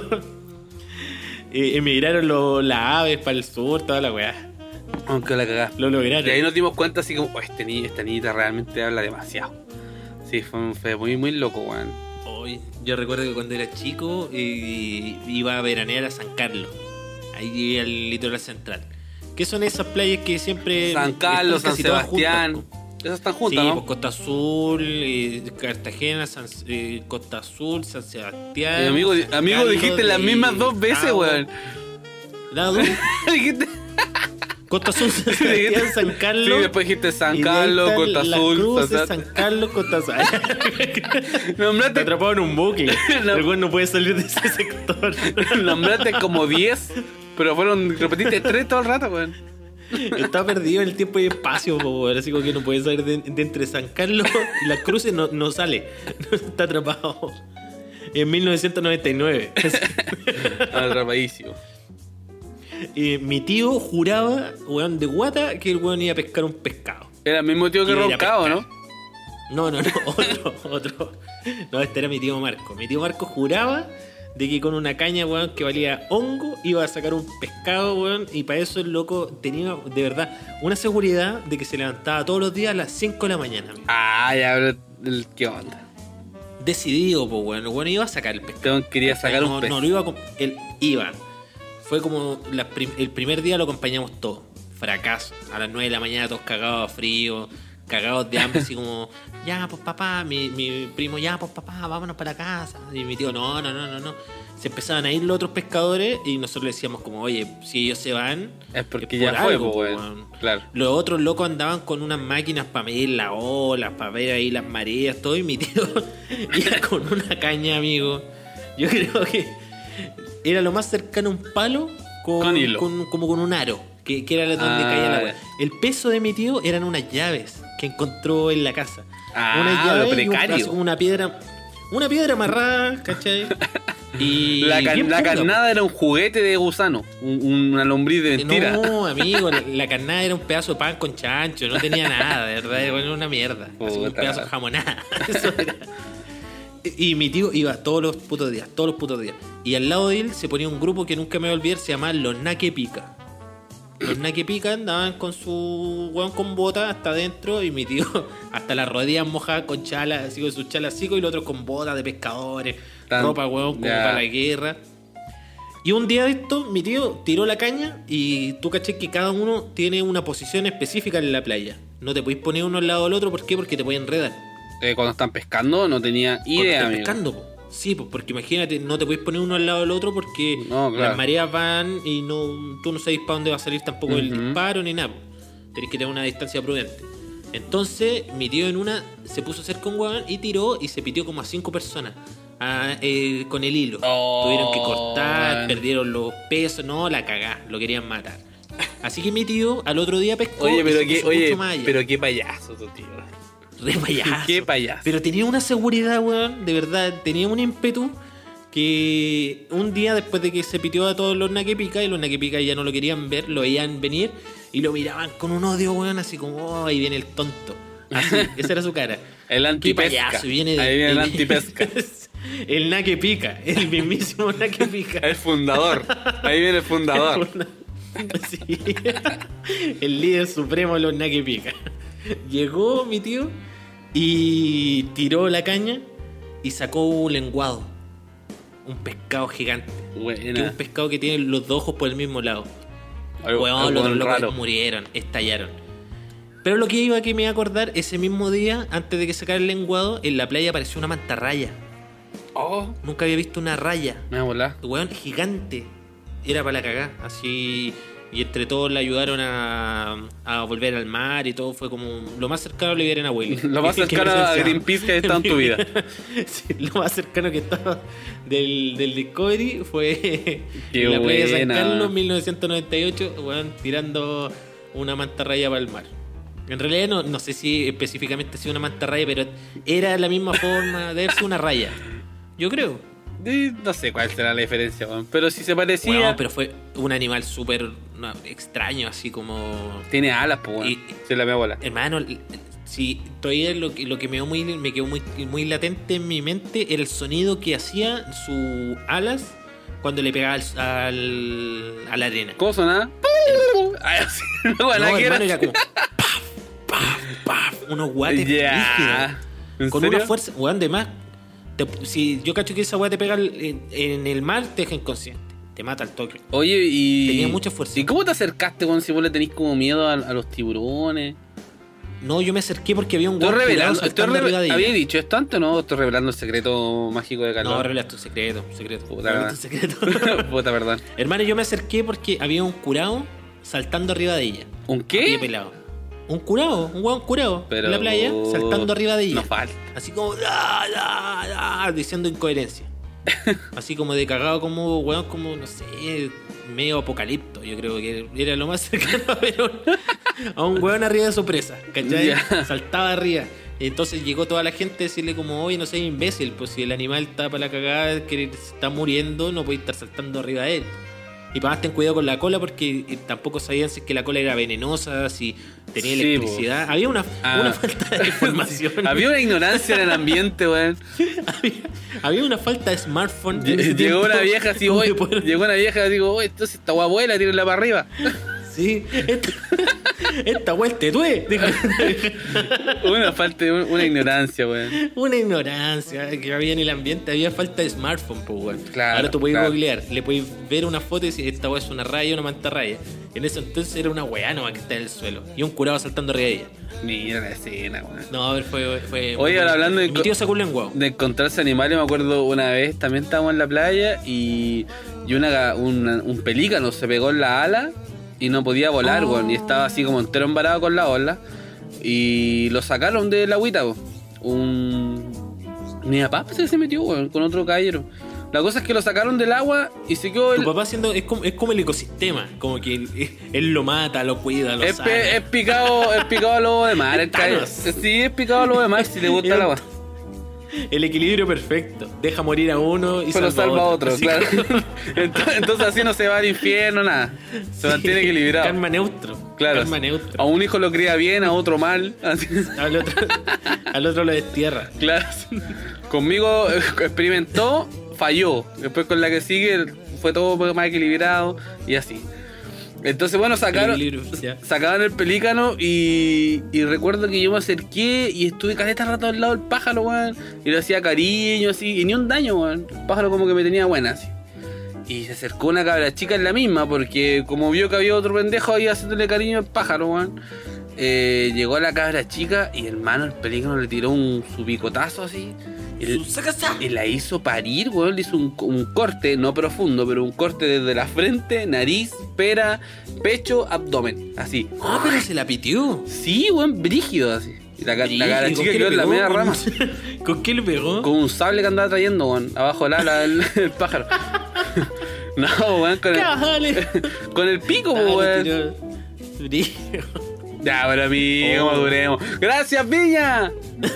eh, emigraron los- las aves para el sur, toda la weá.
Aunque la cagá.
Lo lograron.
Y ahí nos dimos cuenta así como, oh, este ni- esta niñita realmente habla demasiado. Sí, fue, fue muy, muy loco, weón.
Hoy, yo recuerdo que cuando era chico eh, iba a veranear a San Carlos, ahí al litoral central. ¿Qué son esas playas que siempre
San Carlos,
están
San
casi todas
Sebastián.
juntas, po?
Esas están
Sí,
juntas,
pues
¿no?
Costa Azul, eh, Cartagena, San- eh, Costa Azul, San Sebastián.
Eh, amigo,
San
amigo
Carlos
dijiste las
de
mismas dos veces,
Cabo.
weón.
Dado,
Dijiste-
Costa Azul, San Sebastián, San Carlos.
Sí, después dijiste San
y de ahí
Carlos,
están
Costa
las
Azul,
cruces,
San-
San Carlos, Costa Azul. Te
Nombraste,
atrapado en un buque.
No.
El güey no puede salir de ese sector.
nombraste como diez, pero fueron, repetiste tres todo el rato, weón.
Está perdido en el tiempo y espacio, po, weón. Así como que no puede salir de, de entre San Carlos y las cruces, no, no sale. Está atrapado. En mil novecientos noventa y nueve.
Atrapadísimo.
Eh, mi tío juraba, weón, de guata, que el weón iba a pescar un pescado.
Era el mismo tío que
Iba a ir a
roncado,
pescar.
¿no?
No, no, no, otro, otro. No, este era mi tío Marco. Mi tío Marco juraba de que con una caña, weón, que valía hongo, iba a sacar un pescado, weón, y para eso el loco tenía, de verdad, una seguridad de que se levantaba todos los días a las cinco de la mañana. amigo.
Ah, ya, pero, el- ¿qué onda?
Decidido, pues, weón, el weón iba a sacar el pescado.
Teón quería sacar
no,
un pez.
No, lo iba a... com- Él iba. Fue como la prim- el primer día lo acompañamos todos. Fracaso. A las nueve de la mañana todos cagados a frío, cagados de hambre, así como, ya, pues papá, mi, mi primo, ya, pues papá, vámonos para la casa. Y mi tío, no, no, no, no, no. se empezaban a ir los otros pescadores y nosotros le decíamos como, oye, si ellos se van...
Es porque
es
ya
por
fue,
algo,
po,
po,
weón.
weón.
Claro.
Los otros locos andaban con unas máquinas para medir las olas, para ver ahí las mareas, todo, y mi tío iba con una caña, amigo. Yo creo que era lo más cercano a un palo con,
Con hilo.
con- como con un aro, que, que era donde
Ah,
caía la agua.
ya.
El peso de mi tío eran unas llaves que encontró en la casa.
Ah,
unas
lo
llaves y un-
precario.
así como una piedra, una piedra amarrada, ¿cachai? Y
La, can-
bien
la
punga,
carnada era un juguete de gusano, un- una lombriz de mentira.
No, amigo, la, la carnada era un pedazo de pan con chancho, no tenía nada, de verdad, era una mierda. Así, un
Puta.
pedazo de jamonada. Eso era. Y mi tío iba todos los putos días, todos los putos días. Y al lado de él se ponía un grupo que nunca me voy a olvidar, se llamaba Los Naque Pica. Los Naque Pica andaban con su weón con botas hasta adentro y mi tío hasta las rodillas mojadas con chalas, así con sus chalas así, y los otros con botas de pescadores,
Tan-
ropa weón como
ya.
para la guerra. Y un día de esto, mi tío tiró la caña y tú caché que cada uno tiene una posición específica en la playa. No te podéis poner uno al lado del otro, ¿por qué? Porque te pueden enredar.
Eh, cuando están pescando no tenía
Cuando
idea,
estás
amigo.
pescando, po. Sí, pues porque imagínate, no te puedes poner uno al lado del otro porque
No, claro.
las mareas van y no tú no sabes para dónde va a salir tampoco el
Ujú.
disparo ni nada. Po. Tenés que tener una distancia prudente. Entonces, mi tío en una se puso cerca un huevón y tiró y se pitió como a cinco personas a- eh, con el hilo.
Oh,
Tuvieron que cortar,
man.
perdieron los pesos, no, la cagá, lo querían matar. Así que mi tío al otro día pescó
Oye,
y
pero
se
qué,
puso
oye,
mucho más allá.
pero qué payaso tu tío.
Re payaso.
Qué payaso.
Pero tenía una seguridad, weón, de verdad, tenía un ímpetu que un día después de que se pitió a todos los naquepica y los naquepica ya no lo querían ver, lo veían venir y lo miraban con un odio, weón, así como, oh, ahí viene el tonto. Así, esa era su cara.
El
Qué
antipesca.
payaso, viene de-
Ahí viene el
el-
antipesca.
El naquepica, el mismísimo naquepica.
El fundador. Ahí viene el fundador.
Sí. El líder supremo de los naquepica. Llegó mi tío y tiró la caña y sacó un lenguado. Un pescado gigante. Que es
Buena.
un pescado que tiene los dos ojos por el mismo lado.
Algo,
Weón,
algo
los otros locos
raro.
murieron, estallaron. Pero lo que iba que me iba a acordar, ese mismo día, antes de que sacara el lenguado, en la playa apareció una mantarraya.
Oh,
Nunca había visto una raya.
me va a volar.
Weón, gigante. Era para la cagá. Así. Y entre todos le ayudaron a, a volver al mar y todo. Fue como lo más cercano a Oliver en Willy.
Lo más cercano a Greenpeace que has estado en tu vida.
Sí, lo más cercano que estaba del, del Discovery fue
Qué
en la playa de San
buena.
Carlos, mil novecientos noventa y ocho, weón, tirando una mantarraya para el mar. En realidad no, no sé si específicamente ha sido una mantarraya, pero era la misma forma de verse una raya. Yo creo.
Eh, No sé cuál será la diferencia, weón. Pero si se parecía.
Bueno, pero fue un animal súper no, extraño, así como...
Tiene alas, pues, weón.
Y-
Se la me bola.
Hermano, si todavía lo, que- lo que me quedó, muy, me quedó muy, muy latente en mi mente era el sonido que hacía sus alas cuando le pegaba al, al- a la arena.
¿Cómo sonaba? Ay, así, no,
No,
la que
hermano,
era.
era como... Paf, paf, paf, unos guates
Ya.
rígidos.
¿En
Con
serio?
una fuerza... Weón, de más... te- si yo cacho que esa weá te pega en, en el mar, te deja inconsciente. Te mata al toque.
Oye, y.
Tenía mucha fuerza.
¿Y cómo te acercaste, weón, si vos le tenés como miedo a, a los tiburones?
No, yo me acerqué porque había un
Estoy
weón curado
revelando. Estoy
saltando
reve-
arriba de ella.
¿Había dicho esto antes o no? Estoy revelando el secreto mágico de Carlos.
No, revelaste un secreto, un secreto.
Puta,
Revelaste un secreto.
Puta, perdón.
Hermano, yo me acerqué porque había un curado saltando arriba de ella.
¿Un
Había
qué?
pelado. Un curado, un hueón curado
Pero-
en la playa, saltando arriba de ella.
No falta.
Así como, "Da, da, da", diciendo incoherencia. Así como de cagado, como hueón, como, no sé, medio apocalipto. Yo creo que era lo más cercano a ver un- a un hueón arriba de su presa, ¿cachai?
Ya.
Saltaba arriba. Entonces llegó toda la gente a decirle como, oye, no seas imbécil, pues si el animal está para la cagada, que se está muriendo, no podéis estar saltando arriba de él. Y para más ten cuidado con la cola porque eh, tampoco sabían si es que la cola era venenosa, si tenía
Sí,
electricidad. Había una,
Ah.
una falta de información.
Había una ignorancia en el ambiente, weón.
había, había una falta de smartphone. en ese
Llegó
tiempo,
una vieja así,
como
oye,
de poder-
llegó una vieja, digo, oye, entonces esta guabuela, tírenla para arriba.
Sí, esta, esta vuelta tué.
Una falta, una ignorancia, weón.
Una ignorancia que había en el ambiente, había falta de smartphone, pues, weón.
Claro,
ahora tú puedes
claro.
googlear, le puedes ver una foto y decir, esta weá es una raya, una mantarraya. En ese entonces era una weá nomás que está en el suelo. Y un curado saltando arriba de ella.
Mira la escena, weón.
No, a ver, fue. fue
Oye, ahora hablando de
Mi tío sacó un lenguado.
de encontrarse animales, me acuerdo una vez, también estábamos en la playa y, y una, una- un pelícano se pegó en la ala y no podía volar,
Oh.
weón, y estaba así como entero embarado con la ola y lo sacaron de la agüita, weón. Un... Mi papá pues, se metió, weón, con otro caballero. La cosa es que lo sacaron del agua y se quedó
Tu
el...
papá haciendo, es como, es como el ecosistema, como que él, él lo mata, lo cuida, lo
Es,
sana.
pe- es picado, es picado a lobo de mar, el caballero.
Thanos.
Sí, es picado a lobo de mar si le gusta el agua.
El equilibrio perfecto. Deja morir a uno y
Pero salva a otro,
Así
claro.
como-
Entonces, entonces así no se va al infierno, nada. Se
Sí,
mantiene equilibrado.
Karma neutro.
Claro.
Karma neutro.
A un hijo lo cría bien, a otro mal. Así.
Al otro, al otro lo destierra.
Claro. Conmigo eh, experimentó, falló. Después con la que sigue fue todo más equilibrado y así. Entonces, bueno, sacaron,
Equilibrio, ya.
sacaban el pelícano y, y recuerdo que yo me acerqué y estuve caleta rato al lado del pájaro, weón. Y le hacía cariño, así, y ni un daño, weón. El pájaro como que me tenía buena, así. Y se acercó una cabra chica en la misma, porque como vio que había otro pendejo ahí haciéndole cariño al pájaro, weón. Eh, llegó la cabra chica y hermano, el pelícano le tiró un su picotazo así. Y, y la hizo parir, weón. Le hizo un, un corte, no profundo, pero un corte desde la frente, nariz, pera, pecho, abdomen. Así.
Ah, pero se la pitió.
Sí, weón, brígido así. Y la, ca- la
¿Y
cabra
con
chica
qué
quedó
le
en la
pegó?
media
¿Con-
rama.
¿Con qué le pegó?
Con un sable que andaba trayendo, weón. Abajo del ala el, el pájaro. No, weón, con el,
Dale.
con el pico,
Dale,
weón.
tiró. Brígido.
Ya, pero amigo,
Oh.
maduremos. ¡Gracias, Viña!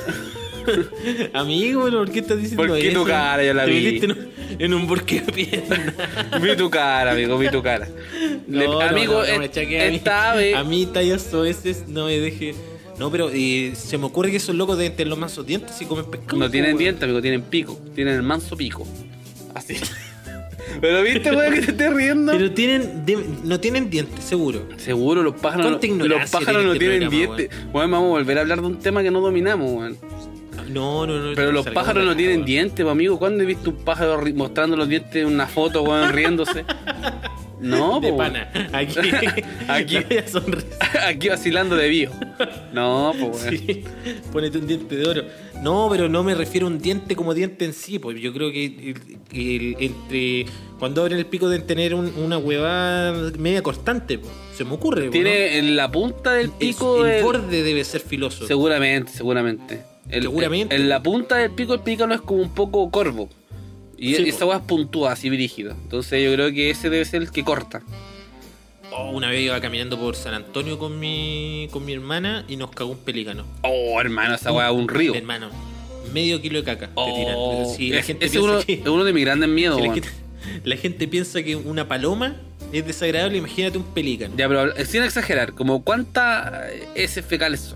Amigo, ¿pero ¿por qué estás diciendo
¿Por qué
eso?
tu cara? Yo la
Te
vi.
metiste en un, en un porqué de pierna.
Vi tu cara, amigo, vi tu cara. Le-
No, no,
amigo,
no, no me
es-
achaque a mí.
esta ave...
A mí tallas soeces no me deje. No, pero eh, se me ocurre que esos locos deben tener los mansos dientes si comen pescado.
No tienen
weón.
dientes, amigo, tienen pico. Tienen el manso pico. Así. Pero viste, weón, que te estés riendo.
Pero tienen de- no tienen dientes, seguro.
Seguro, los pájaros,
¿Cuánta
los
ignorancia
pájaros
tiene
no
este
tienen
programa,
dientes. Weón, vamos a volver a hablar de un tema que no dominamos, weón.
No, no, no.
Pero los
salgamos
pájaros
de
no
acá,
tienen
weón.
dientes, pues, amigo. ¿Cuándo he visto un pájaro ri- mostrando los dientes en una foto, weón, riéndose? No,
De
po,
pana. Aquí.
Aquí.
La bella sonrisa.
aquí vacilando de bio. No, pues, weón.
Sí, ponete un diente de oro. No, pero no me refiero a un diente como diente en sí, pues yo creo que el- el- entre cuando abren el pico deben tener un- una huevada media constante, pues. Se me ocurre. pues,
Tiene en la punta del
¿no?
pico.
el, el
del-
borde debe ser filoso.
Seguramente, seguramente. El-
Seguramente.
En la punta del pico, el pico no es como un poco corvo. Y
Sí,
esa
po.
weá es puntúa, así brígido. Entonces yo creo que ese debe ser el que corta.
Oh, una vez iba caminando por San Antonio con mi con mi hermana y nos cagó un pelícano.
Oh, hermano, esa weá es un río.
Hermano, medio kilo de caca te tiran.
Oh,
Pero sí, la
es-
gente
ese
piensa
uno,
que-
es uno de mis grandes miedos,
si la,
weón.
gente, la gente piensa que una paloma es desagradable, imagínate un pelícano.
Ya, pero habla- sin exagerar, como cuántas heces fecales son.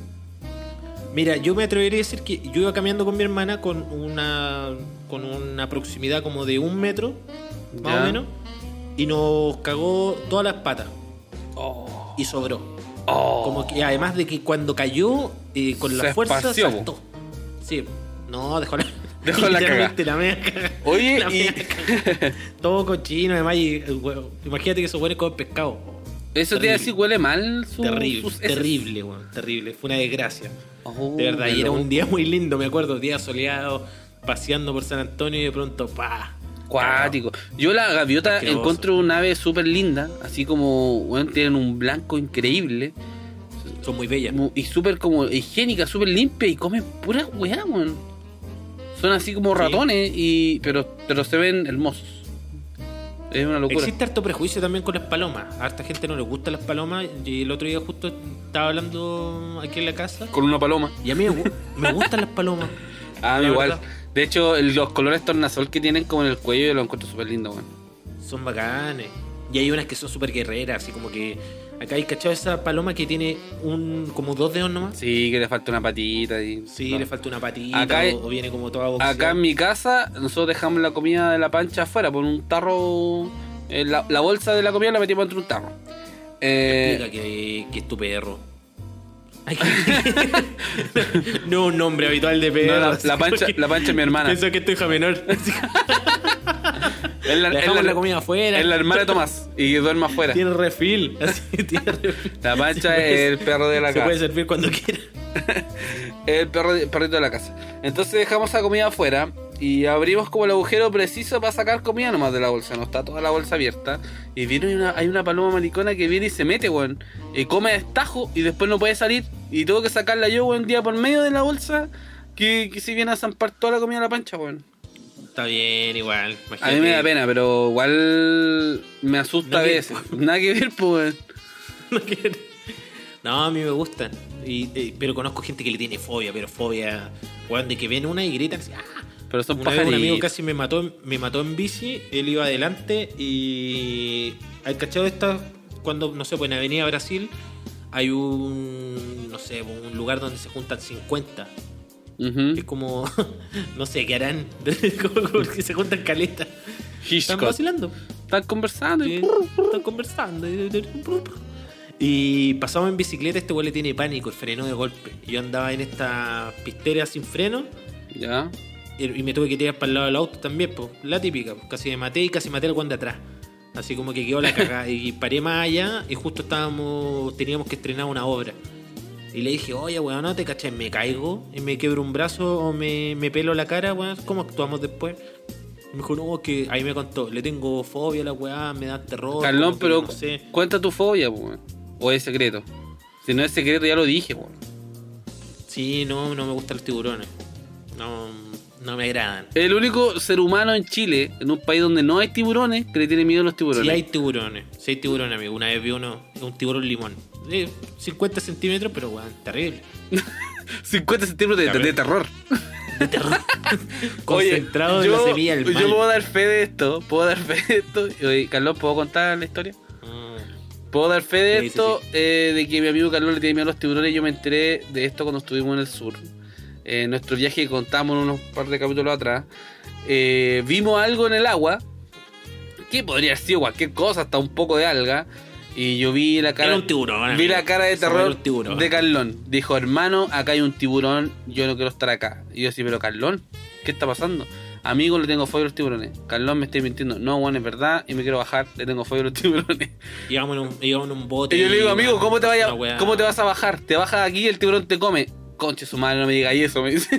Mira, yo me atrevería a decir que yo iba caminando con mi hermana con una con una proximidad como de un metro, más
Ya.
o menos, y nos cagó todas las patas
Oh,
y sobró.
oh.
Como que además de que cuando cayó eh, con
Se
la fuerza
esparció, po.
saltó. Sí, no, dejó la
Dejó la
literalmente la media caga.
Oye,
La
y-
media caga. Todo cochino, además, y, eh, weón, imagínate que esos hueones comen pescado.
Eso te iba a decir, huele mal su,
Terrible,
sus heces.
terrible, weón, terrible. Fue una desgracia.
Oh,
De verdad,
qué
y era
loco.
un día muy lindo, me acuerdo, día soleado, paseando por San Antonio y de pronto, pa.
Cuático. Yo la gaviota
Asqueroso.
encuentro una ave súper linda, así como, bueno, tienen un blanco increíble
Son muy bellas.
mu- y súper como higiénica, súper limpia y comen puras weá, weón. Son así como
Sí.
ratones, y pero, pero se ven hermosos. Es una locura.
Existe harto prejuicio también con las palomas. A harta gente no le gustan las palomas. Y el otro día justo estaba hablando aquí en la casa.
Con una paloma.
Y a mí me, gu- me gustan las palomas.
Ah,
La
igual.
verdad.
De hecho, el- los colores tornasol que tienen como en el cuello yo lo encuentro súper lindo, weón.
Son bacanes. Y hay unas que son súper guerreras. Así como que. Acá hay cachado esa paloma que tiene un como dos dedos nomás.
Sí, que le falta una patita. Y,
Sí,
no.
le falta una patita.
Acá hay-
o, o viene como toda boxeada.
Acá en mi casa, nosotros dejamos la comida de la pancha afuera por un tarro. eh, La, la bolsa de la comida la metimos dentro de un tarro. Eh,
Explica que, que es tu perro. Ay, que- no un nombre habitual de perro.
no, la,
así
la
como
pancha,
que-
la pancha es mi hermana.
Pienso que es tu hija menor.
Es la,
Le
es
dejamos
la-
la comida afuera.
es la hermana de Tomás y duerme afuera.
Tiene refil. Así, tiene refil.
La pancha
Se puede-
es el perro de la
Se
casa.
puede servir cuando quiera.
El perro, el perrito de la casa. Entonces dejamos la comida afuera y abrimos como el agujero preciso para sacar comida nomás de la bolsa. No está toda la bolsa abierta. Y viene una, hay una paloma maricona que viene y se mete, weón. Y come a destajo y después no puede salir. Y tengo que sacarla yo, weón, día por medio de la bolsa. Que, que si viene a zampar toda la comida a la pancha, weón.
Está bien, igual.
A mí me da pena, pero igual me asusta
No
a
que-
veces. Nada que ver, pues, weón.
No, quiero- no, a mí me gustan. Y, eh, pero conozco gente que le tiene fobia, pero fobia, weón, de que ven una y gritan así, ¡ah!
Pero son
Una vez un amigo
pajaritos.
casi me mató, me mató en bici, él iba adelante y al cachado esta, cuando, no sé, pues en Avenida Brasil hay un, no sé, un lugar donde se juntan cincuenta.
Ujú.
Es como, no sé, ¿qué harán? como, como que se juntan caletas. Están
Hitchcock.
vacilando.
Están conversando y...
Sí, están conversando. Y pasamos en bicicleta, este güey le tiene pánico y frenó de golpe. Y yo andaba en esta pistera sin freno
Ya.
y y me tuve que tirar para el lado del auto también, pues, la típica. Pues, casi me maté y casi maté al guante de atrás. Así como que quedó la cagada. Y paré más allá y justo estábamos, teníamos que estrenar una obra. Y le dije, oye, weón, no te caché, me caigo y me quebro un brazo o me, me pelo la cara, weón, ¿cómo actuamos después? Y me dijo, no, que ahí me contó, le tengo fobia a la weá, me da terror.
Carlón,
como que
pero
no sé.
cuenta tu fobia, pues, weón. O es secreto. Si no es secreto, ya lo dije, weón.
Sí, no, no me gustan los tiburones. No, no me agradan.
El único ser humano en Chile, en un país donde no hay tiburones, que le tiene miedo a los tiburones.
Sí hay tiburones, sí hay tiburones, amigo. Una vez vi uno, un tiburón limón. Eh, cincuenta centímetros, pero weón, terrible.
cincuenta centímetros de, de, de terror.
De terror. Concentrado
Oye,
en
yo,
la semilla del mal.
Yo puedo dar fe de esto. Puedo dar fe de esto. Oye, Carlos, ¿puedo contar la historia?
Mm.
Puedo dar fe de
Sí, sí,
esto,
sí.
eh, de que mi amigo Carlos le tiene miedo a los tiburones. Yo me enteré de esto cuando estuvimos en el sur. En nuestro viaje que contamos unos par de capítulos atrás. Eh, vimos algo en el agua. Que podría haber sido cualquier cosa, hasta un poco de alga. Y yo vi la cara.
Era un tiburón,
Vi
amigo.
la cara de
Esa weá
terror
era un tiburón.
de Carlón. Dijo, hermano, acá hay un tiburón, yo no quiero estar acá. Y yo sí, pero Carlón, ¿qué está pasando? Amigo, le tengo fobia a los tiburones. Carlón, me estoy mintiendo. No, bueno, es verdad, y me quiero bajar, le tengo fobia a los tiburones.
Íbamos en un, íbamos en un bote.
Y yo le digo, amigo, ¿cómo te, vaya,
una weá.
¿cómo te vas a bajar? Te bajas aquí y el tiburón te come. Conche su madre, no me digas eso, me dice.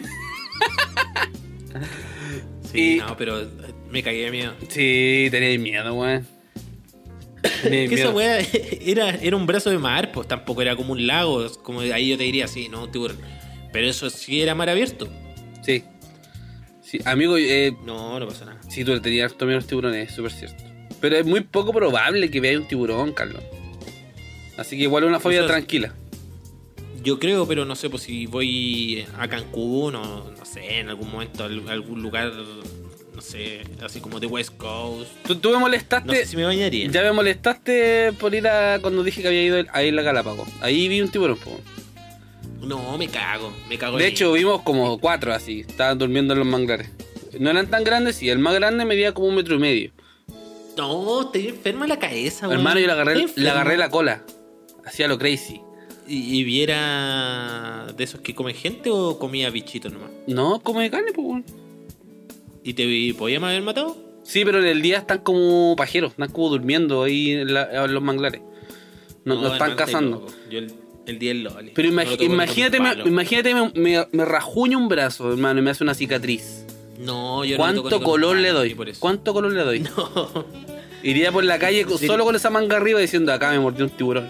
Sí,
y-
no, pero eh, me cagué de miedo.
Sí, tenía miedo, weón. Tenía
Que esa
miedo.
weá era, era un brazo de mar, pues tampoco era como un lago. Como ahí yo te diría, sí, no, un tiburón. Pero eso sí era mar abierto.
Sí. Sí, amigo, eh,
No, no pasa nada.
sí, tú le tenías harto miedo a los tiburones, es súper cierto. Pero es muy poco probable que veas un tiburón, Carlos. Así que igual es una fobia
Eso es-
tranquila.
Yo creo, pero no sé, pues si voy a Cancún o no sé, en algún momento a al- algún lugar, no sé, así como de West Coast.
Tú, tú me molestaste.
No sé si me bañaría.
Ya me molestaste por ir a. Cuando dije que había ido a Isla Galápagos. Ahí vi un tiburón, po.
No, me cago, me cago.
De
en
hecho, vimos como cuatro así. Estaban durmiendo en los manglares. No eran tan grandes, sí. El más grande medía como un metro y medio.
No, estoy enferma la cabeza, weón.
Hermano, yo le agarré,
Estoy
le
enfermo.
agarré la cola. Hacía lo crazy.
¿Y, y viera de esos que comen gente o comía bichitos nomás?
No, come carne, pues.
¿Y te y podíamos haber matado?
Sí, pero en el día están como pajeros. Están como durmiendo ahí en, la- en los manglares. No, no están
hermano,
cazando.
estáis loco. Yo el, el día del Loli.
Pero
No
imag-
lo toco con
imagínate,
un
me,
palo.
imagínate me, me, me rajuña un brazo, hermano, y me hace una cicatriz.
No, yo no lo toco
¿Cuánto
ni con un
color le
palo,
doy?
ni por eso.
¿Cuánto color le doy?
No.
Iría por la calle con-
Sí.
solo con esa manga arriba diciendo acá me mordió un tiburón.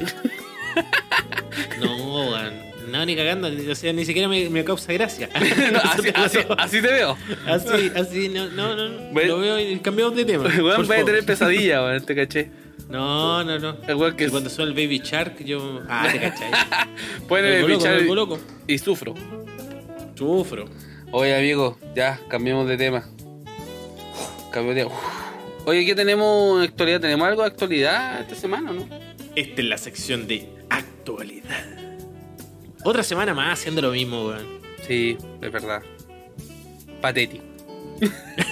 No, weón. No, ni cagando. O sea, ni siquiera me, me causa gracia.
No,
Eso
así,
te
así,
pasó.
así te veo.
Así, así, no, no, no. no.
Bueno.
Lo veo y cambiamos de tema.
El
por
weón va a
favor.
tener pesadilla, weón, te caché.
No, no, no.
El weón que
Y cuando suena el Baby Shark, yo. Ah, te cachai.
pone
Me
el
vuelvo loco,
bichar
me vuelvo loco.
y sufro.
Sufro.
Oye, amigo, ya, cambiemos de tema. Cambiemos de tema. Oye, ¿qué tenemos en actualidad? ¿Tenemos algo de actualidad esta semana, no?
Esta es la sección de actualidad. Otra semana más haciendo lo mismo, weón.
Sí, es verdad. Patético.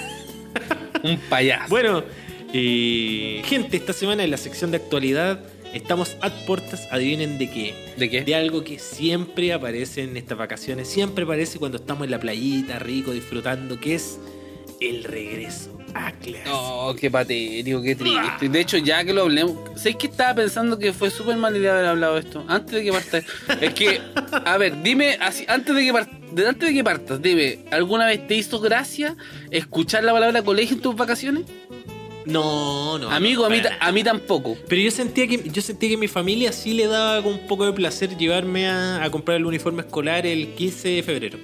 Un payaso.
Bueno, eh, gente, esta semana en la sección de actualidad Estamos a puertas, adivinen de qué.
¿De qué?
De algo que siempre aparece en estas vacaciones, siempre aparece cuando estamos en la playita, rico, disfrutando, que es el regreso a clase.
Oh, qué patético, qué triste. De hecho, ya que lo hablemos, ¿sabes qué estaba pensando que fue súper mala idea haber hablado de esto? Antes de que partas. Es que, a ver, dime, así, antes de que partas, antes de que partas, dime, ¿alguna vez te hizo gracia escuchar la palabra colegio en tus vacaciones?
No, no.
Amigo,
no,
a mí,
para
ta- a mí tampoco.
Pero yo sentía que yo sentía que mi familia sí le daba un poco de placer llevarme a, a comprar el uniforme escolar el quince de febrero.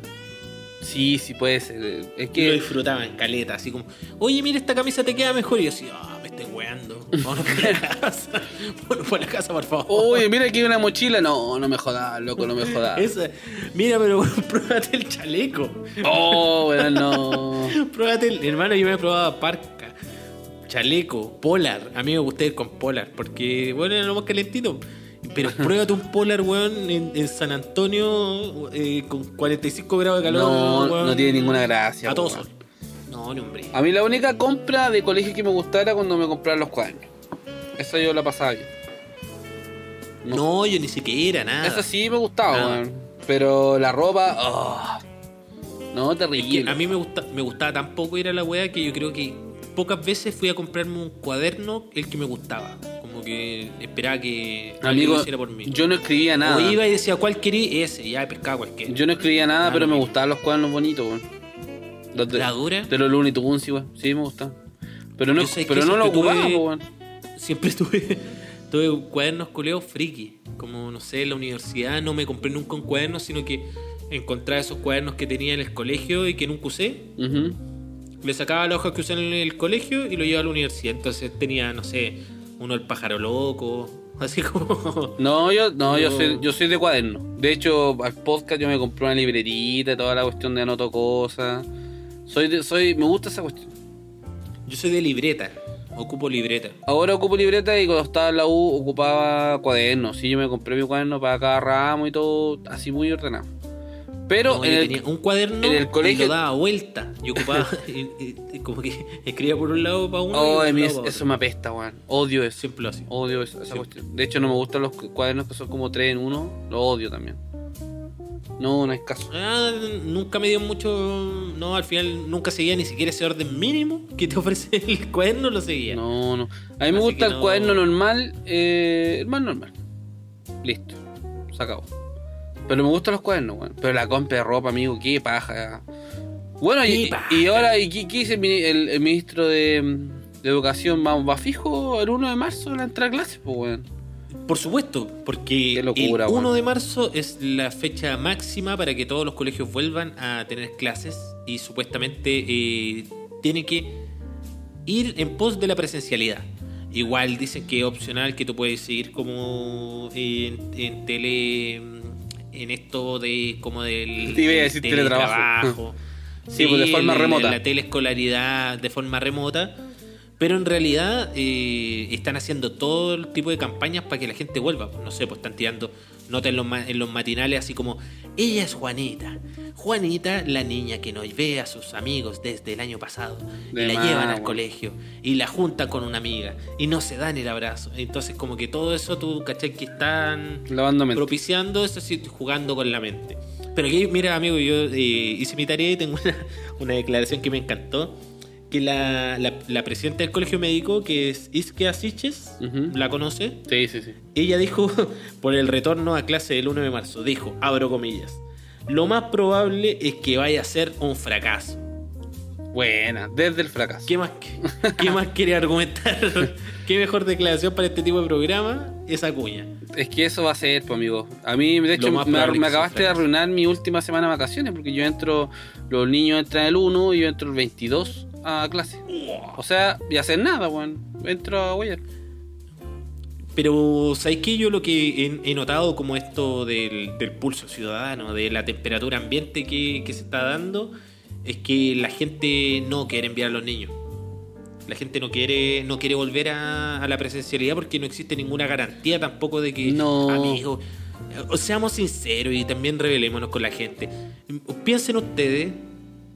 Sí, sí puede ser. Es
Lo
que
disfrutaba en caleta, así como, oye, mira, esta camisa te queda mejor. Y yo así, ah, me estoy weando. Vámonos para la casa. Vámonos para la casa, por favor.
oye, mira aquí hay una mochila. No, no me jodas, loco, no me jodas.
Esa, mira, pero pruébate el chaleco.
Oh, bueno, no.
Pruébate el, hermano, yo me he probado parca, chaleco, polar. A mí me gusta ir con polar, porque bueno, era lo más calentito. Pero pruébate un polar, weón, en, en San Antonio eh, con cuarenta y cinco grados de calor.
No,
weón,
no tiene ninguna gracia.
a todo
weón.
sol. No, ni hombre.
A mí la única compra de colegio que me gustaba era cuando me compraron los cuadernos. Esa yo la pasaba bien.
No,
No.
yo ni siquiera, nada.
Esa sí me gustaba,
Nada.
weón. Pero la ropa, oh. No,
Es
terrible.
que a mí me, gusta, me gustaba tan poco ir a la weá que yo creo que pocas veces fui a comprarme un cuaderno el que me gustaba. Como que esperaba que alguien
Amigo,
lo hiciera por mí.
yo no escribía nada.
O iba y decía, ¿cuál querí? Ese, ya pescaba cualquiera.
Yo no escribía nada,
Ah,
pero
no.
me gustaban los cuadernos bonitos, weón. Los de,
¿La dura?
de los Looney Tunes, sí, weón. Sí, me gustaban. Pero no,
Yo sé que
pero no lo
siempre
ocupaba,
tuve-
po, weón.
Siempre tuve, tuve cuadernos culeos friki. Como, no sé, en la universidad no me compré nunca un cuaderno, sino que encontraba esos cuadernos que tenía en el colegio y que nunca usé.
Ujú.
Le sacaba las hojas que usé en el colegio y lo llevaba a la universidad. Entonces tenía, no sé, uno el pájaro loco, así como...
No, yo, no, yo
No.
soy, yo soy de cuaderno. De hecho, al podcast yo me compré una libretita y toda la cuestión de anoto cosas. Soy de, soy, me gusta esa cuestión.
Yo soy de libreta, ocupo libreta.
Ahora ocupo libreta y cuando estaba en la U ocupaba cuadernos. Sí, yo me compré mi cuaderno para cada ramo y todo, así muy ordenado. Pero
No,
en
yo
el,
tenía un cuaderno
en el colegio-
y lo daba vuelta. Yo ocupaba, y, y- y como que escribía por un lado para uno
oh,
y por
a
otro
mí
lado
es-
para
eso
otro.
me apesta, weón. Odio eso.
Siempre lo hacía.
Odio eso, esa
Sí.
cuestión. De hecho, no me gustan los cu- cuadernos que son como tres en uno. Lo odio también. No, no hay caso.
Ah, nunca me dio mucho. No, al final nunca seguía ni siquiera ese orden mínimo que te ofrece el cuaderno, lo seguía.
No, no. A mí me
Así
gusta
que
el
no.
cuaderno normal, eh, el más normal. Listo. Se acabó. Pero me gustan los cuadernos, weón. Pero la compra de ropa, amigo, qué paja. Bueno, y,
Qué paja.
y ahora, ¿y qué, qué dice el, mini- el- el ministro de, de Educación? ¿Va, va fijo el uno de marzo la entrada a clases, pues, weón?
Por supuesto, porque
Qué locura,
el uno
weón.
de marzo es la fecha máxima para que todos los colegios vuelvan a tener clases y supuestamente eh, tiene que ir en pos de la presencialidad. Igual dicen que es opcional, que tú puedes seguir como en, en tele, en esto de como del
Te iba a decir
del
teletrabajo. Sí, pues, de forma
el-
remota.
La teleescolaridad de forma remota. Pero en realidad eh, están haciendo todo el tipo de campañas para que la gente vuelva. No sé, pues están tirando notas en los, ma- en los matinales así como, ella es Juanita. Juanita, la niña que no ve a sus amigos desde el año pasado.
De
y la
más,
llevan al
weón.
colegio. Y la juntan con una amiga. Y no se dan el abrazo. Entonces como que todo eso tú, ¿cachai? Que están
Lavando mente.
propiciando eso, sí, jugando con la mente. Pero aquí, mira, amigo, yo eh, hice mi tarea y tengo una, una declaración que me encantó. Que la, la, la presidenta del colegio médico, que es Isquia Siches,
Ujú.
la conoce.
Sí, sí, sí.
Ella dijo, por el retorno a clase del uno de marzo, dijo, abro comillas, lo más probable es que vaya a ser un fracaso.
Buena, desde el fracaso.
¿Qué más, qué, qué más quiere argumentar? ¿Qué mejor declaración para este tipo de programa? Esa cuña.
Es que eso va a ser, pues, amigo. A mí, de hecho,
Lo más
me,
probable
me
que sea
acabaste de
fracaso.
arruinar mi última semana de vacaciones porque yo entro, los niños entran el uno y yo entro el veintidós a clase. O sea, y hacer nada, weón. Entro a huellar.
Pero, ¿sabéis qué? Yo lo que he, he notado como esto del, del pulso ciudadano, de la temperatura ambiente que, que se está dando, es que la gente no quiere enviar a los niños. La gente no quiere no quiere volver a, a la presencialidad porque no existe ninguna garantía tampoco de que,
No.
amigos, o seamos sinceros y también revelémonos con la gente. Piensen ustedes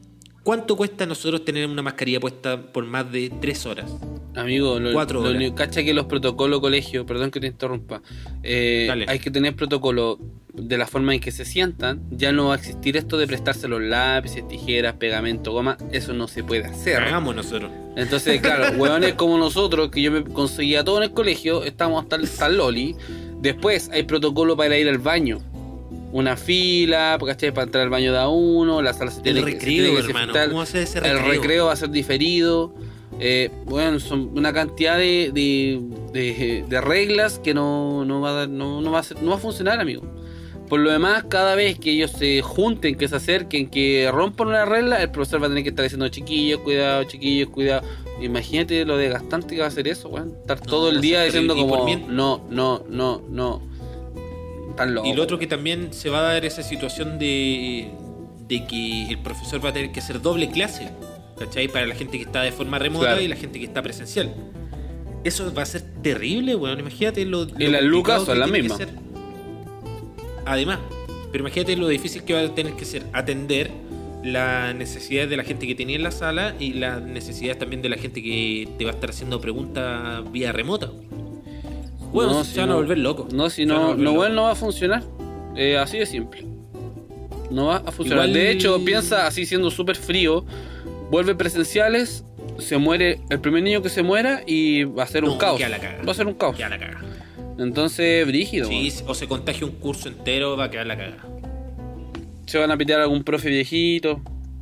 ¿Cuánto cuesta a nosotros tener una mascarilla puesta por más de tres horas?
Amigo, lo,
Cuatro
lo,
horas.
lo- cacha que los protocolos colegio, perdón que te interrumpa, eh,
Dale.
hay que tener protocolo de la forma en que se sientan. Ya no va a existir esto de prestarse los lápices, tijeras, pegamento, goma. Eso no se puede hacer.
Hagamos nosotros.
Entonces, claro, hueones como nosotros, que yo me conseguía todo en el colegio, estamos hasta el, hasta el loli. Después hay protocolo para ir al baño. Una fila, ¿cachai? Para entrar al baño de a uno, la sala se tiene
El
que- se
recreo,
tiene que
hermano.
desinfectar.
¿Cómo va a ser ese
El
recreo?
recreo va a ser diferido. Eh, bueno, son una cantidad de, de, de, de reglas que no, no va a dar, no, no va a ser, no va a funcionar, amigo. Por lo demás, cada vez que ellos se junten, que se acerquen, que rompan una regla, el profesor va a tener que estar diciendo chiquillos, cuidado, chiquillos, cuidado. Imagínate lo desgastante que va a ser eso, weón. Estar
No,
todo el
va a
día
ser
diciendo
terrible. Y
como
por bien-
no, no, no, no. Tan loco.
Y lo otro que también se va a dar esa situación de, de que el profesor va a tener que hacer doble clase, ¿cachai? Para la gente que está de forma remota
Claro.
y la gente que está presencial. Eso va a ser terrible, weón. Imagínate lo, lo
Y las lucas
complicado
son
que
las
tiene que
mismas.
ser. Además, pero imagínate lo difícil que va a tener que ser atender las necesidades de la gente que tenía en la sala y las necesidades también de la gente que te va a estar haciendo preguntas vía remota. Bueno,
No,
se
si
van a
no-
volver locos.
No, si
Se van a
no,
volver
no,
locos.
bueno, no va a funcionar. Eh, así de simple. No va a funcionar.
Igual-
De hecho, piensa así siendo súper frío. Vuelve presenciales, se muere el primer niño que se muera y va a ser un
No,
caos.
queda la caga.
Va a ser un caos.
Queda la caga.
Entonces, brígido.
Sí,
weón.
o se contagia un curso entero, va a quedar la cagada.
Se van a pitear a algún profe viejito.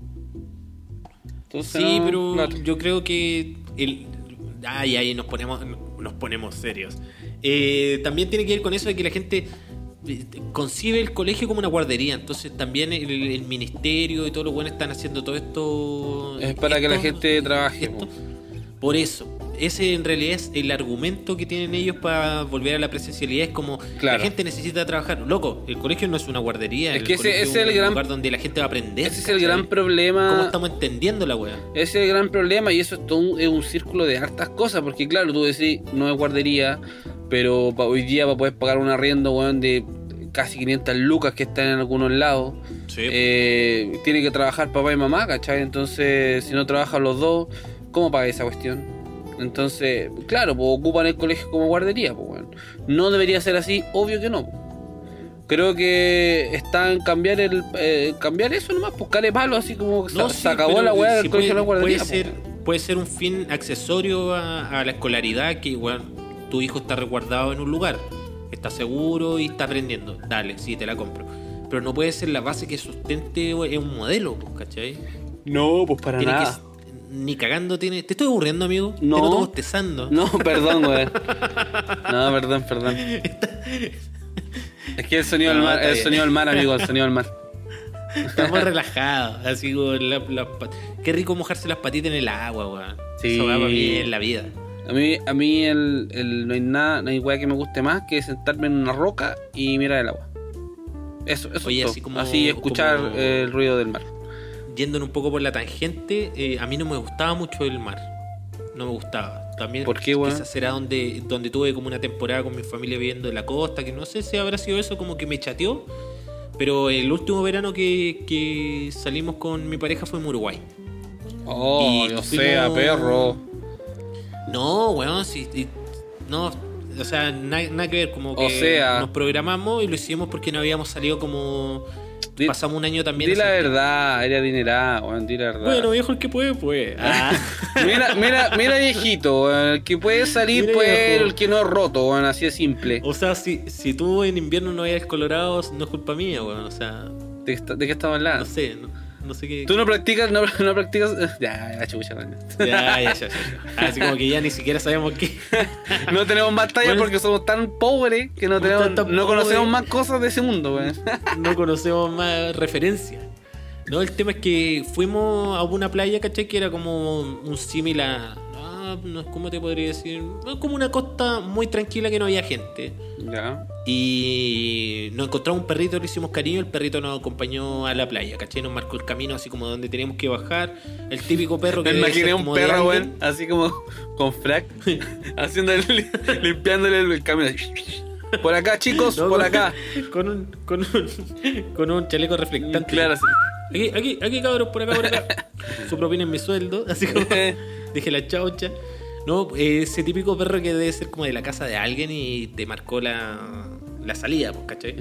Entonces,
Sí,
no,
pero
claro.
yo creo que el ay, ay, nos ponemos nos ponemos serios. Eh, también tiene que ver con eso de que la gente eh, concibe el colegio como una guardería, entonces también el, el ministerio y todos los buenos están haciendo todo esto.
Es para que la gente trabaje,
esto.
po.
Por eso, ese en realidad es el argumento que tienen ellos para volver a la presencialidad. Es como
Claro.
la gente necesita trabajar. Loco, el colegio no es una guardería.
Es
el
que ese-
colegio
ese es el
un
gran-
lugar donde la gente va a aprender.
Ese es el
¿cachai?
gran problema.
¿Cómo estamos entendiendo la wea?
Ese es el gran problema y eso es todo un, es un círculo de hartas cosas, porque claro, tú decís, no es guardería, pero pa- hoy día para poder pagar un arriendo, weón, de casi quinientas lucas que están en algunos lados,
Sí.
eh, tiene que trabajar papá y mamá, ¿cachai? Entonces, si no trabajan los dos, ¿cómo paga esa cuestión? Entonces, claro, pues ocupan el colegio como guardería, pues weón. No debería ser así, obvio que no. Creo que está en cambiar el eh, cambiar eso nomás, buscarle palo así como
No,
se,
sí,
se acabó
pero
la weá
sí
del colegio de la
puede,
guardería.
puede
pues,
ser, puede ser un fin accesorio a, a la escolaridad que bueno, tu hijo está resguardado en un lugar, está seguro y está aprendiendo. Dale, sí, te la compro. Pero no puede ser la base que sustente we, un modelo, pues, ¿cachai?
No, pues para
Tiene
nada.
que, ni cagando tiene. ¿Te estoy aburriendo, amigo?
No.
Te noto bostezando.
No, perdón, güey. No, perdón, perdón. Es que el sonido
No,
del mar,
está
el
bien.
sonido del mar, amigo, el sonido del mar.
Estamos relajados, así como la- la pat- qué rico mojarse las patitas en el agua, weón.
Sí.
Eso va para mí en la vida.
A mí, a mí el, el- no hay nada, no hay weá que me guste más que sentarme en una roca y mirar el agua. Eso, eso
Oye,
es todo.
así como-
Así escuchar
como-
eh, el ruido del mar.
Yendo un poco por la tangente, eh, a mí no me gustaba mucho el mar. No me gustaba. También
¿Por qué, weón?
quizás era donde, donde tuve como una temporada con mi familia viviendo en la costa, que no sé si habrá sido eso, como que me chateó. Pero el último verano que, que salimos con mi pareja fue en Uruguay.
Oh,
Y
yo
nos
sea,
fuimos-
perro.
No, weón, sí, sí, no, o sea, nada, nada que ver, como que
O sea-
nos programamos y lo hicimos porque no habíamos salido como...
Di-
pasamos un año también.
Di la
así.
verdad, era adinerada, weón, di la verdad.
Bueno, viejo, el que puede, pues. Ah.
Mira, mira, mira viejito, weón, el que puede salir,
Mira,
pues,
viejo.
el que no es roto, weón, así de simple.
O sea, si, si tú en invierno no vayas colorado, no es culpa mía, weón. O sea,
¿De qué, está- de qué estamos
no
hablando?
sé, no, no sé qué.
Tú no practicas, no, no practicas. Ya, ya, chucha, weón.
Ya, ya, ya, ya, ya. Así como que ya ni siquiera sabemos qué.
No tenemos más talla
Bueno,
porque somos tan pobres que no
somos
tenemos,
tan, tan
no conocemos
pobres.
más cosas de ese mundo, weón.
No conocemos más referencias. No, el tema es que fuimos a una playa, ¿cachai? Que era como un símil a. Ah, no, ¿cómo te podría decir? No, como una costa muy tranquila que no había gente.
Ya.
Y nos encontramos un perrito, le hicimos cariño, el perrito nos acompañó a la playa, ¿cachai? Nos marcó el camino así como donde teníamos que bajar. El típico perro que
Me
debe
imaginé
ser
un
como de
perro,
alguien.
weón, así como con frac, haciéndole, limpiándole el camino. Por acá, chicos,
No,
por
con-
acá.
Con un, con un, con un chaleco reflectante.
Claro, sí.
Aquí, aquí, aquí, cabros, por acá, por acá. Su propina en mi sueldo, así como dije la chaucha. No, ese típico perro que debe ser como de la casa de alguien y te marcó la, la salida, pues, ¿cachai?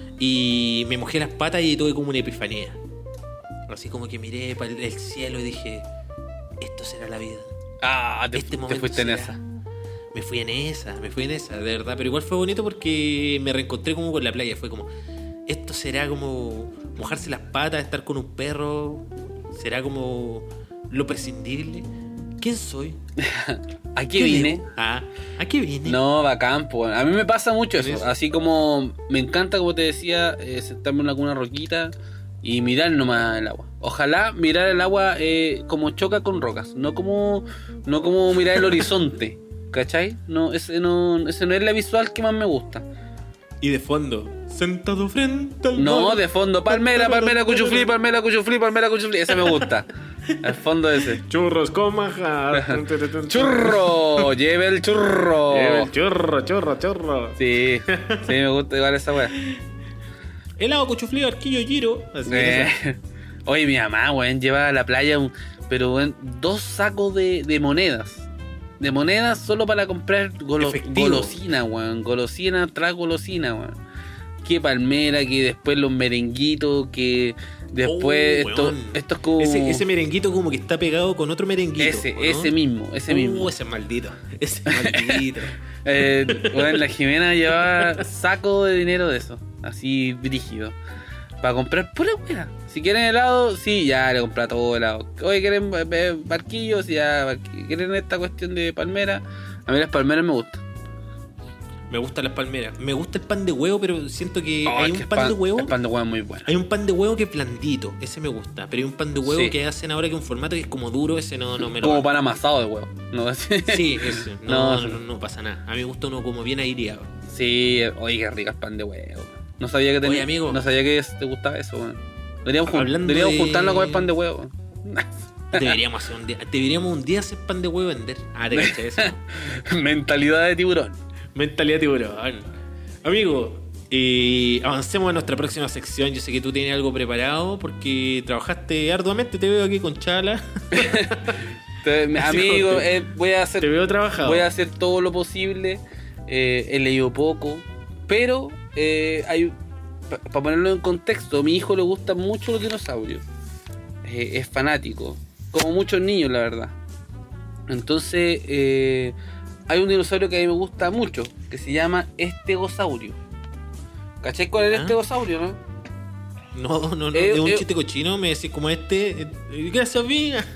Y me mojé las patas y tuve como una epifanía. Así como que miré para el cielo y dije, esto será la vida.
Ah, te,
Este
te
momento
fuiste en
será.
esa.
Me fui en esa, me fui en esa, de verdad. Pero igual fue bonito porque me reencontré como con la playa. Fue como, esto será como mojarse las patas, estar con un perro. Será como lo prescindible. ¿Quién soy?
¿A qué vine?
debo? Ah, ¿a qué vine?
No, bacán, po. A mí me pasa mucho
¿En
eso.
eso?
Así como me encanta, como te decía, eh, sentarme en alguna roquita y mirar nomás el agua. Ojalá mirar el agua eh, como choca con rocas, no como no como mirar el horizonte, ¿cachai? No, ese no, ese no es la visual que más me gusta.
Y de fondo, sentado frente al
No,
mar.
de fondo, palmera, palmera, cuchuflí, palmera, cuchuflí, palmera, cuchuflí. Ese me gusta. Al fondo ese.
Churros con majar.
¡Churro! ¡Lleve el churro!
Eh, el churro, churro, churro.
Sí, sí, me gusta igual esa weá.
Helado, cuchuflí, arquillo, giro. Así
Eh,
que
Oye, mi mamá, weón, lleva a la playa un, pero weón, dos sacos de, de monedas. De monedas solo para comprar golo-
Efectivo.
golosina, weón. Golosina tras golosina, weón. Que palmera, que después los merenguitos, que después
Oh,
esto,
weón.
esto es como...
Ese, ese merenguito como que está pegado con otro merenguito.
ese,
¿o no?
ese mismo, ese
Uh,
mismo.
ese maldito. Ese maldito.
Eh, bueno, la Jimena llevaba saco de dinero de eso, así brígido, para comprar pura hueá. Si quieren helado, sí, ya le compré todo helado. Oye, ¿quieren eh, barquillos? Ya, barqui- ¿quieren esta cuestión de palmera? A mí las palmeras me gustan.
Me gustan las palmeras. Me gusta el pan de huevo, pero siento que
Oh,
hay
es
un
que el
pan, de huevo.
El pan de huevo es muy bueno.
Hay un pan de huevo que es blandito, ese me gusta. Pero hay un pan de huevo
Sí.
que hacen ahora que es un formato que es como duro, ese no, no me lo
Como
hago.
pan amasado de huevo, ¿no?
Sí, ese.
No,
No,
sí.
no, no, pasa nada. A mí me gusta uno como bien aireado.
Sí, oye, qué rico el pan de huevo. No sabía que tenía,
Oye, amigo.
no sabía que te gustaba eso, weón. Deberíamos, jun-
Hablando
deberíamos
de-
juntarnos a comer pan de huevo.
Deberíamos hacer un día, deberíamos un día hacer pan de huevo y vender. Ah, te caché eso.
Mentalidad de tiburón.
Mentalidad tiburón. Amigo, eh, avancemos a nuestra próxima sección. Yo sé que tú tienes algo preparado porque trabajaste arduamente. Te veo aquí con chala.
Te- Amigo,
te-
eh, voy a hacer
Te veo trabajado.
voy a hacer todo lo posible. Eh, he leído poco, pero eh, hay para ponerlo en contexto, a mi hijo le gustan mucho los dinosaurios. Eh, es fanático, como muchos niños, la verdad. Entonces, eh, hay un dinosaurio que a mí me gusta mucho, que se llama estegosaurio. ¿Cachai cuál es el
¿Ah?
estegosaurio, no?
No, no, no.
Eh,
es un
eh,
chiste cochino. Me decís como este. eh, Gracias, vida.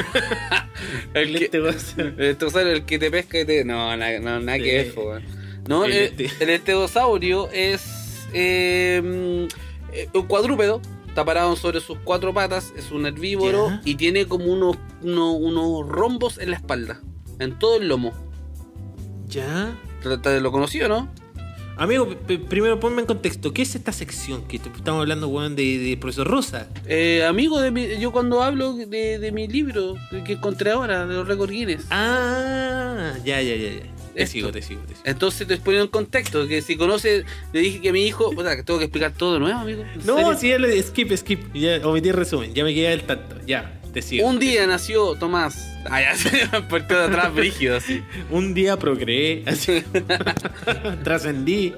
El, que,
Este va a ser-
el estegosaurio, el que te pesca y te... No, nada, no, nada que
Sí.
ver, po, weón. No,
El
el,
este-
el estegosaurio es eh, eh, un cuadrúpedo. Está parado sobre sus cuatro patas, es un herbívoro
Ya.
y tiene como unos, unos, unos rombos en la espalda, en todo el lomo.
¿Ya?
¿Te- te ¿Lo conocí o no?
Amigo, p- primero ponme en contexto. ¿Qué es esta sección? Que te- estamos hablando, weón, de, de Profesor Rosa.
Eh, amigo, de mi- yo cuando hablo de, de mi libro que encontré ahora, de los récords Guinness.
Ah, ya, ya, ya, ya. Te
Esto.
sigo, te sigo, te sigo.
Entonces te pongo en contexto, que si conoces, le dije que a mi hijo, o sea, que tengo que explicar todo de nuevo, amigo. ¿En
No,
serio?
sí, ya le skip, skip. Ya omití el resumen. Ya me quedé al tanto. Ya, te sigo.
Un día nació Tomás. Ah, ya se me partió de atrás, brígido, así.
Un día procreé, así. Trascendí.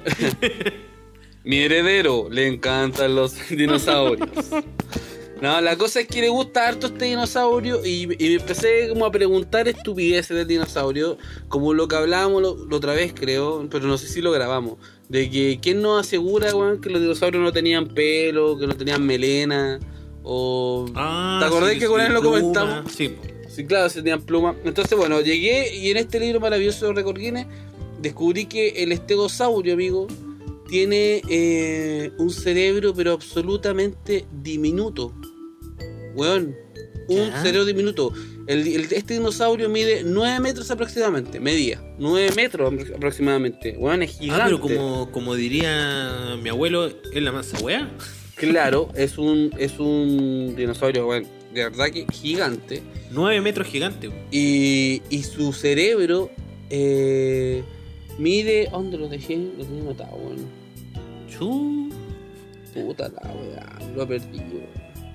Mi heredero, le encantan los dinosaurios. No, la cosa es que le gusta harto este dinosaurio y, y me empecé como a preguntar estupideces del dinosaurio, como lo que hablábamos lo, la otra vez, creo, pero no sé si lo grabamos, de que quién nos asegura, weón, que los dinosaurios no tenían pelo, que no tenían melena, o...
Ah,
¿te acordás
sí,
que con
sí,
él lo
pluma.
comentamos?
Sí.
Sí, claro, se tenían pluma. Entonces, bueno, llegué y en este libro maravilloso de Record Guinness descubrí que el estegosaurio, amigo, tiene eh, un cerebro pero absolutamente diminuto. Weón, un
¿Ya?
cerebro diminuto. El, el- este dinosaurio mide nueve metros aproximadamente. Medía nueve metros apro- aproximadamente. Weón, es gigante.
Ah, pero como, como diría mi abuelo, es la mansa weá.
Claro, es un, es un dinosaurio, weón, de verdad que gigante.
Nueve metros gigante. weón.
Y, y su cerebro eh, mide. ¿Dónde lo dejé? Lo tenía notado, weón.
Chu.
Puta la weá, lo perdí, weón.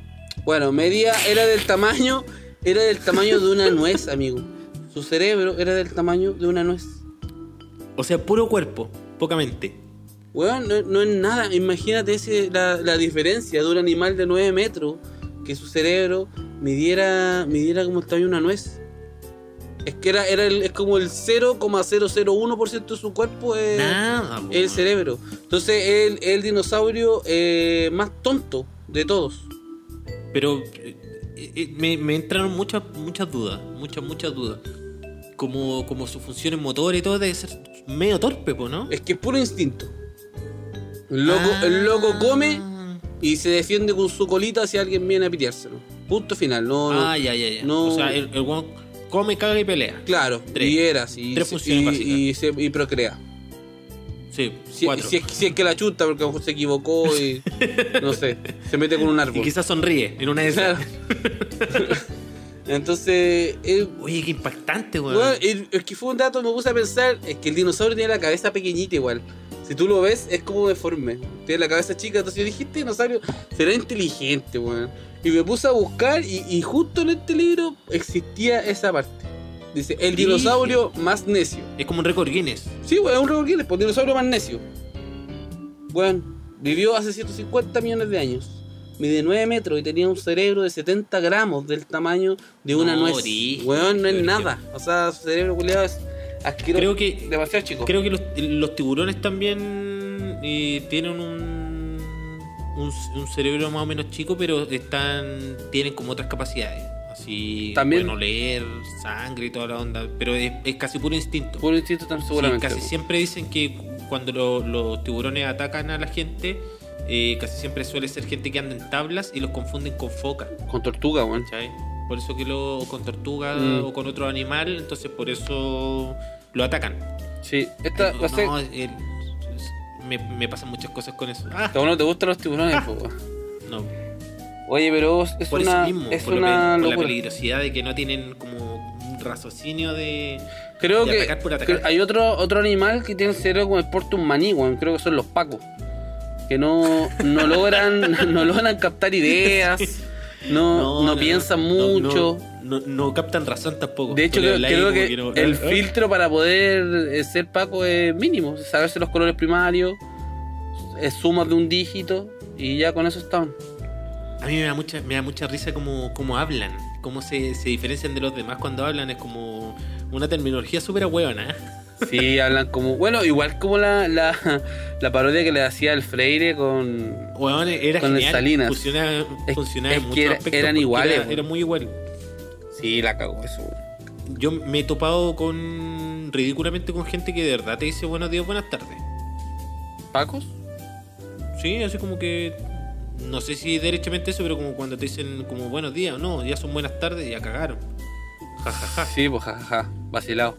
Bueno, medía, era del tamaño, era del tamaño de una nuez, amigo. Su cerebro era del tamaño de una nuez.
O sea, puro cuerpo, poca mente.
Weón, no, no es nada. Imagínate ese, la, la diferencia de un animal de nueve metros que su cerebro midiera, midiera como el tamaño de una nuez. Es que era, era el, es como el cero coma cero cero uno por ciento de su cuerpo es
Nada, po,
el cerebro. Entonces es el, el dinosaurio eh, más tonto de todos.
Pero eh, eh, me, me entraron muchas muchas dudas, muchas muchas dudas. Como, como sus funciones motoras y todo debe ser medio torpe, po, ¿no?
Es que es puro instinto. El loco,
Ah.
el loco come y se defiende con su colita si alguien viene a piteárselo. Punto final. No,
Ah, ya, ya, ya.
no-
O sea, el, el weón come, caga y pelea.
Claro,
Tres.
y era así.
Tres
y,
funciones
y,
básicas.
y, se- y procrea.
Sí,
Si,
cuatro.
si es, si es que la chuta, porque a lo mejor se equivocó y no sé, se mete con un árbol.
Y quizás sonríe en una de esas.
Claro. Entonces, eh,
Oye, qué impactante, weón.
bueno, el- es que fue un dato, me puse a pensar, es que el dinosaurio tiene la cabeza pequeñita igual. Si tú lo ves, es como deforme. Tiene la cabeza chica, entonces yo dije, este dinosaurio será inteligente, weón. Y me puse a buscar y, y justo en este libro existía esa parte. Dice, el
Dije.
dinosaurio más necio.
Es como un récord Guinness.
Sí, weón, es un récord Guinness, pues, el dinosaurio más necio. Weón, vivió hace ciento cincuenta millones de años. Mide nueve metros y tenía un cerebro de setenta gramos del tamaño de una
No,
nuez.
brígido,
Weón, no es
brígido.
nada. O sea, su cerebro culiado es asqueroso.
Creo que
Demasiado chico.
creo que los, los tiburones también eh, tienen un, un un cerebro más o menos chico, pero están tienen como otras capacidades. Así
También-
pueden oler sangre y toda la onda, pero es, es casi puro instinto.
Puro instinto tan
Sí,
seguramente.
casi
weón.
siempre dicen que cuando lo- los tiburones atacan a la gente, eh, casi siempre suele ser gente que anda en tablas y los confunden con foca,
Con tortuga, weón.
¿cachai? Por eso que lo o con tortuga
Mm.
o con otro animal, entonces por eso lo atacan.
Sí, esta va a ser.
No, el- me, me pasan muchas cosas con eso. Ah,
¿A vos no te gustan los tiburones, po, weón?
no.
Oye, pero es
Por
una,
eso mismo,
es
por, lo
una
pe- por la
locura.
peligrosidad de que no tienen como un raciocinio de,
Creo
de
que,
atacar por atacar.
que hay otro otro animal que tiene el cerebro como el porte de un maní, weón. Creo que son los pacos. Que no, no logran no logran captar ideas, no, no, piensan
no,
mucho.
No, no- no captan razón tampoco.
De hecho,
Tú le
creo,
hablas
creo
y
que,
como no-
el
¿eh?
filtro para poder eh, ser Paco es mínimo. Saberse los colores primarios, es sumas de un dígito y ya con eso están.
A mí me da mucha, me da mucha risa cómo, cómo hablan, cómo se, se diferencian de los demás cuando hablan. Es como una terminología súper hueona.
Sí, hablan como. Bueno, igual como la, la, la parodia que le hacía el Freire con.
Hueón, era
Con el
genial.
Salinas.
Funcionaba,
Es-
funcionaba
es
en
que
muchos
era-
aspectos
eran
porque
iguales,
Era,
weón.
era muy igual.
Sí, la cagó eso.
Yo me he topado con ridículamente con gente que de verdad te dice buenos días, buenas tardes.
¿Pacos?
Sí, así como que no sé si derechamente eso, pero como cuando te dicen como buenos días, no, ya son buenas tardes, ya cagaron. Ja, ja, ja.
Sí, pues jajaja, vacilado.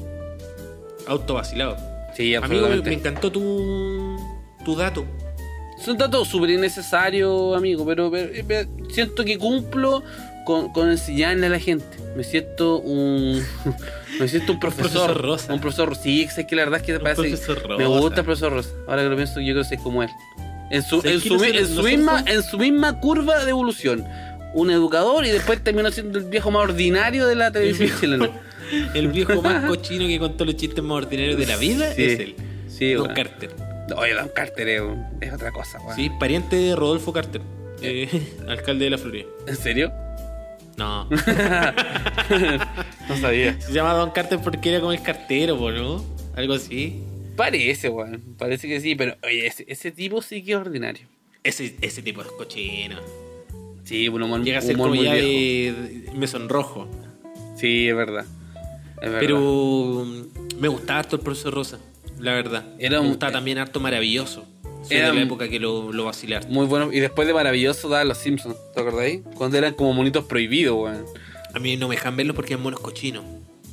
Auto vacilado.
Sí,
Amigo, me, me
absolutamente.
encantó tu, tu dato.
Es un dato súper innecesario, amigo, pero, pero- pero siento que cumplo con, con enseñarle a la gente. Me siento un. Me siento un profesor.
profesor Rosa.
Un profesor Rosa. Sí, es que la verdad es que te
Un
parece.
profesor Rosa.
Me gusta el profesor Rosa. Ahora que lo pienso, yo creo que soy como él. En su,
¿Sabes
en
qué?
su, mi-
Nosotros-
en su
nosotros
misma,
somos-
en su misma curva de evolución. Un educador y después terminó siendo el viejo más ordinario de la televisión chilena.
El viejo más cochino que contó los chistes más ordinarios de la vida
Sí,
es él.
sí,
Don
weón.
Carter.
Oye, Don Carter es, un- es otra cosa, weón.
Sí, pariente de Rodolfo Carter, eh, alcalde de la Florida.
¿En serio?
No,
No sabía.
se llama Don Carter porque era como el cartero, po, ¿no? Algo así.
Parece, weón. Parece que sí, pero oye, ese, ese tipo sí que es ordinario.
Ese, ese tipo es cochino.
Sí, un humor,
Llega a ser
humor
como
muy
ya
viejo.
de, de- me sonrojo.
Sí, es verdad. Es verdad.
Pero mm, me gustaba harto el profesor Rosa, la verdad.
Era
me
un-
gustaba también harto Maravilloso. Soy
Era
de la
un-
época que lo, lo vacilé harto.
Muy bueno. Y después de maravilloso daban los Simpsons, ¿te acordáis? Cuando eran como monitos prohibidos, weón.
A mí no me dejan verlos porque eran monos cochinos.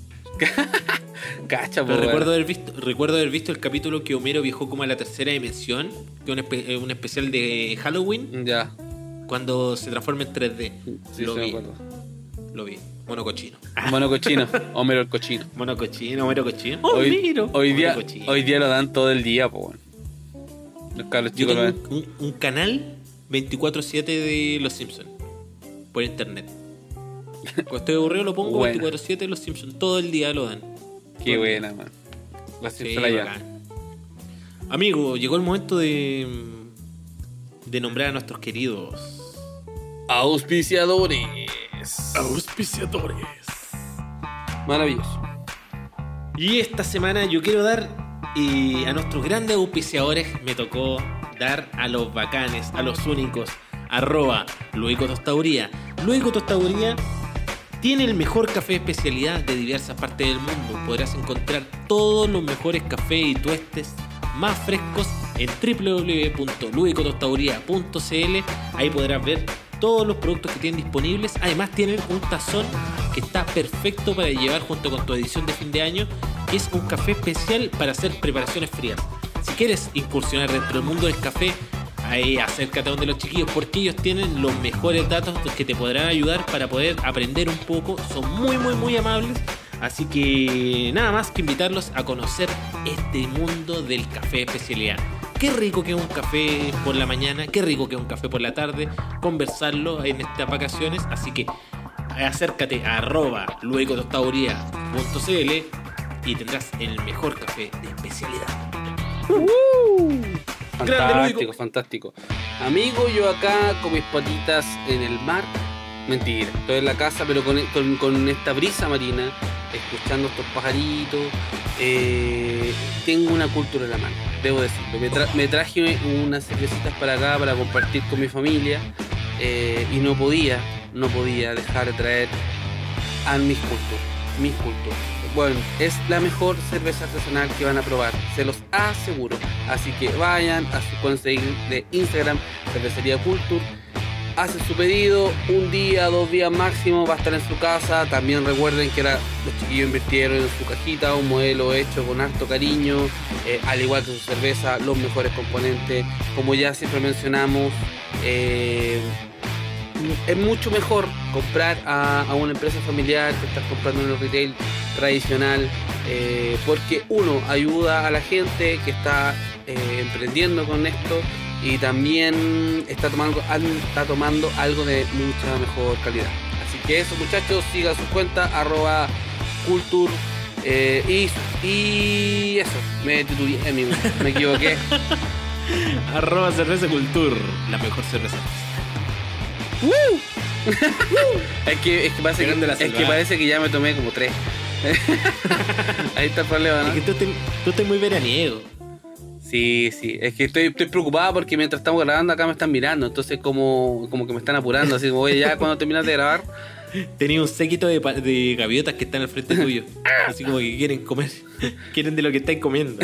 Cacha,
Pero
po,
recuerdo
weón.
haber visto recuerdo haber visto el capítulo que Homero viajó como a la tercera dimensión, que es un, espe- eh, un especial de Halloween,
Ya.
cuando se transforma en tres D.
Sí,
lo
sí, me
vi,
acuerdo.
lo vi. Mono cochino.
Mono cochino. Homero el cochino.
Mono cochino, Homero cochino. Oh,
hoy,
miro.
hoy,
Mono
día,
cochino.
hoy día lo dan todo el día, po, weón. Los cabros
Yo
chicos lo
tengo
ven.
un, un- un canal veinticuatro siete de Los Simpsons. por internet. Cuando estoy aburrido lo pongo
Buena.
veinticuatro siete, los Simpsons todo el día lo dan.
Qué
Todo el
buena, man. La
Sí,
Simpson allá.
bacán. Amigo, llegó el momento de de nombrar a nuestros queridos
Auspiciadores.
auspiciadores.
Maravilloso.
Y esta semana yo quiero dar eh, a nuestros grandes auspiciadores, me tocó dar a los bacanes, a los únicos, arroba Luico Tostaduría. Luico Tostaduría tiene el mejor café de especialidad de diversas partes del mundo. Podrás encontrar todos los mejores cafés y tuestes más frescos en doble u doble u doble u punto luico tostaduría punto c l. Ahí podrás ver todos los productos que tienen disponibles. Además tienen un tazón que está perfecto para llevar junto con tu edición de fin de año, que es un café especial para hacer preparaciones frías. Si quieres incursionar dentro del mundo del café, ahí acércate a donde los chiquillos, porque ellos tienen los mejores datos que te podrán ayudar para poder aprender un poco. Son muy muy muy amables. Así que nada más que invitarlos a conocer este mundo del café de especialidad. Qué rico que es un café por la mañana, qué rico que es un café por la tarde, conversarlo en estas vacaciones. Así que acércate a arroba luico tostaduría punto c l y tendrás el mejor café de especialidad.
Fantástico, fantástico. Amigo, yo acá con mis patitas en el mar. Mentira, estoy en la casa, pero con, con, con esta brisa marina, escuchando estos pajaritos. Eh, tengo una cultura en la mano, debo decirlo. Me, tra- me traje unas cervecitas para acá para compartir con mi familia. Eh, y no podía, no podía dejar de traer a mis cultos, mis cultos. Bueno, es la mejor cerveza artesanal que van a probar, se los aseguro. Así que vayan a su cuenta de Instagram, Cervecería Culture, hacen su pedido, un día, dos días máximo, va a estar en su casa. También recuerden que era, los chiquillos invirtieron en su cajita, un modelo hecho con harto cariño, eh, al igual que su cerveza, los mejores componentes. Como ya siempre mencionamos, eh, es mucho mejor comprar a, a una empresa familiar que estás comprando en el retail tradicional, eh, porque uno ayuda a la gente que está eh, emprendiendo con esto, y también está tomando, está tomando algo de mucha mejor calidad. Así que eso, muchachos, sigan su cuenta arroba culture, eh, y, y eso, me titubeé, amigo, me equivoqué.
Arroba cerveza cultur, la mejor cerveza.
¡Woo! es, que, es, que parece
Grande la
que, es
selva.
que parece que ya me tomé como tres. Ahí está el problema, ¿no?
Es que tú, te, tú estás muy veraniego.
Sí, sí, es que estoy, estoy preocupado porque mientras estamos grabando acá me están mirando, entonces como, como que me están apurando, así como, oye, ya cuando terminas de grabar.
Tenía un séquito de, pa- de gaviotas que están al frente tuyo. Así como que quieren comer. Quieren de lo que estáis comiendo.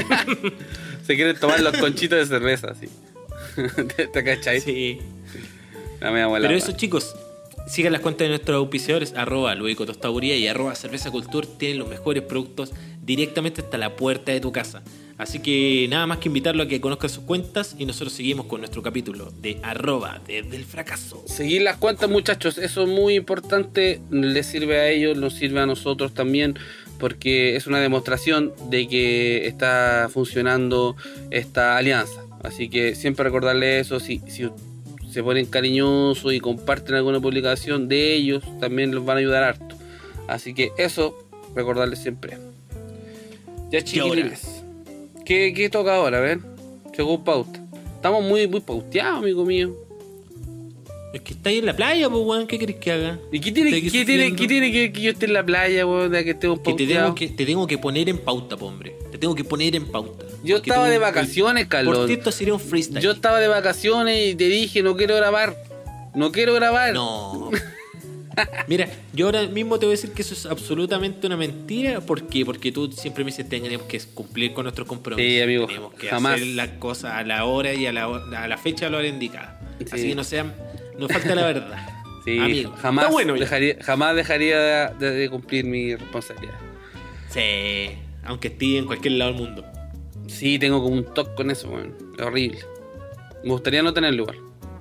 Se quieren tomar los conchitos de cerveza, así. ¿Te, te cachai?
Sí.
La media abuela.
Pero eso, chicos, sigan las cuentas de nuestros auspiciadores, arroba Luico Tostaduría y arroba Cerveza Culture. Tienen los mejores productos directamente hasta la puerta de tu casa. Así que nada más que invitarlo a que conozcan sus cuentas, y nosotros seguimos con nuestro capítulo de arroba desde el fracaso.
Seguir las cuentas, muchachos, eso es muy importante. Les sirve a ellos, nos sirve a nosotros también, porque es una demostración de que está funcionando esta alianza. Así que siempre recordarles eso. Si, si se ponen cariñosos y comparten alguna publicación de ellos, también los van a ayudar harto. Así que eso, recordarles siempre. Ya, chiquilines, ¿Qué, ¿qué toca ahora? A ver, según pauta. Estamos muy, muy pauteados, amigo mío.
Es que estáis en la playa, pues, weón. ¿Qué querés que haga?
¿Y qué tiene,
¿Estáis
qué tiene,
sufriendo?
qué tiene que ver que yo esté en la playa, weón, de que estemos
Que te tengo
pauteados?
que, te tengo que poner en pauta, po, hombre. Te tengo que poner en pauta.
Yo
Porque
estaba
tú-
de vacaciones, Carlos.
Por cierto, sería un freestyle.
Yo estaba de vacaciones y te dije, no quiero grabar. No quiero grabar.
No. Mira, yo ahora mismo te voy a decir que eso es absolutamente una mentira. ¿Por qué? Porque tú siempre me dices, tenemos que cumplir con nuestros compromisos.
Sí, amigo,
Tenemos que
jamás.
hacer las cosas a la hora y a la, a la fecha a la hora indicada.
Sí.
Así que no sean, no falta la verdad.
Sí,
Amigo,
jamás,
está bueno ya.
dejaría, jamás dejaría de, de- de cumplir mi responsabilidad.
Sí, aunque esté en cualquier lado del mundo.
Sí, tengo como un toque con eso, weón. Es horrible. Me gustaría no tener lugar.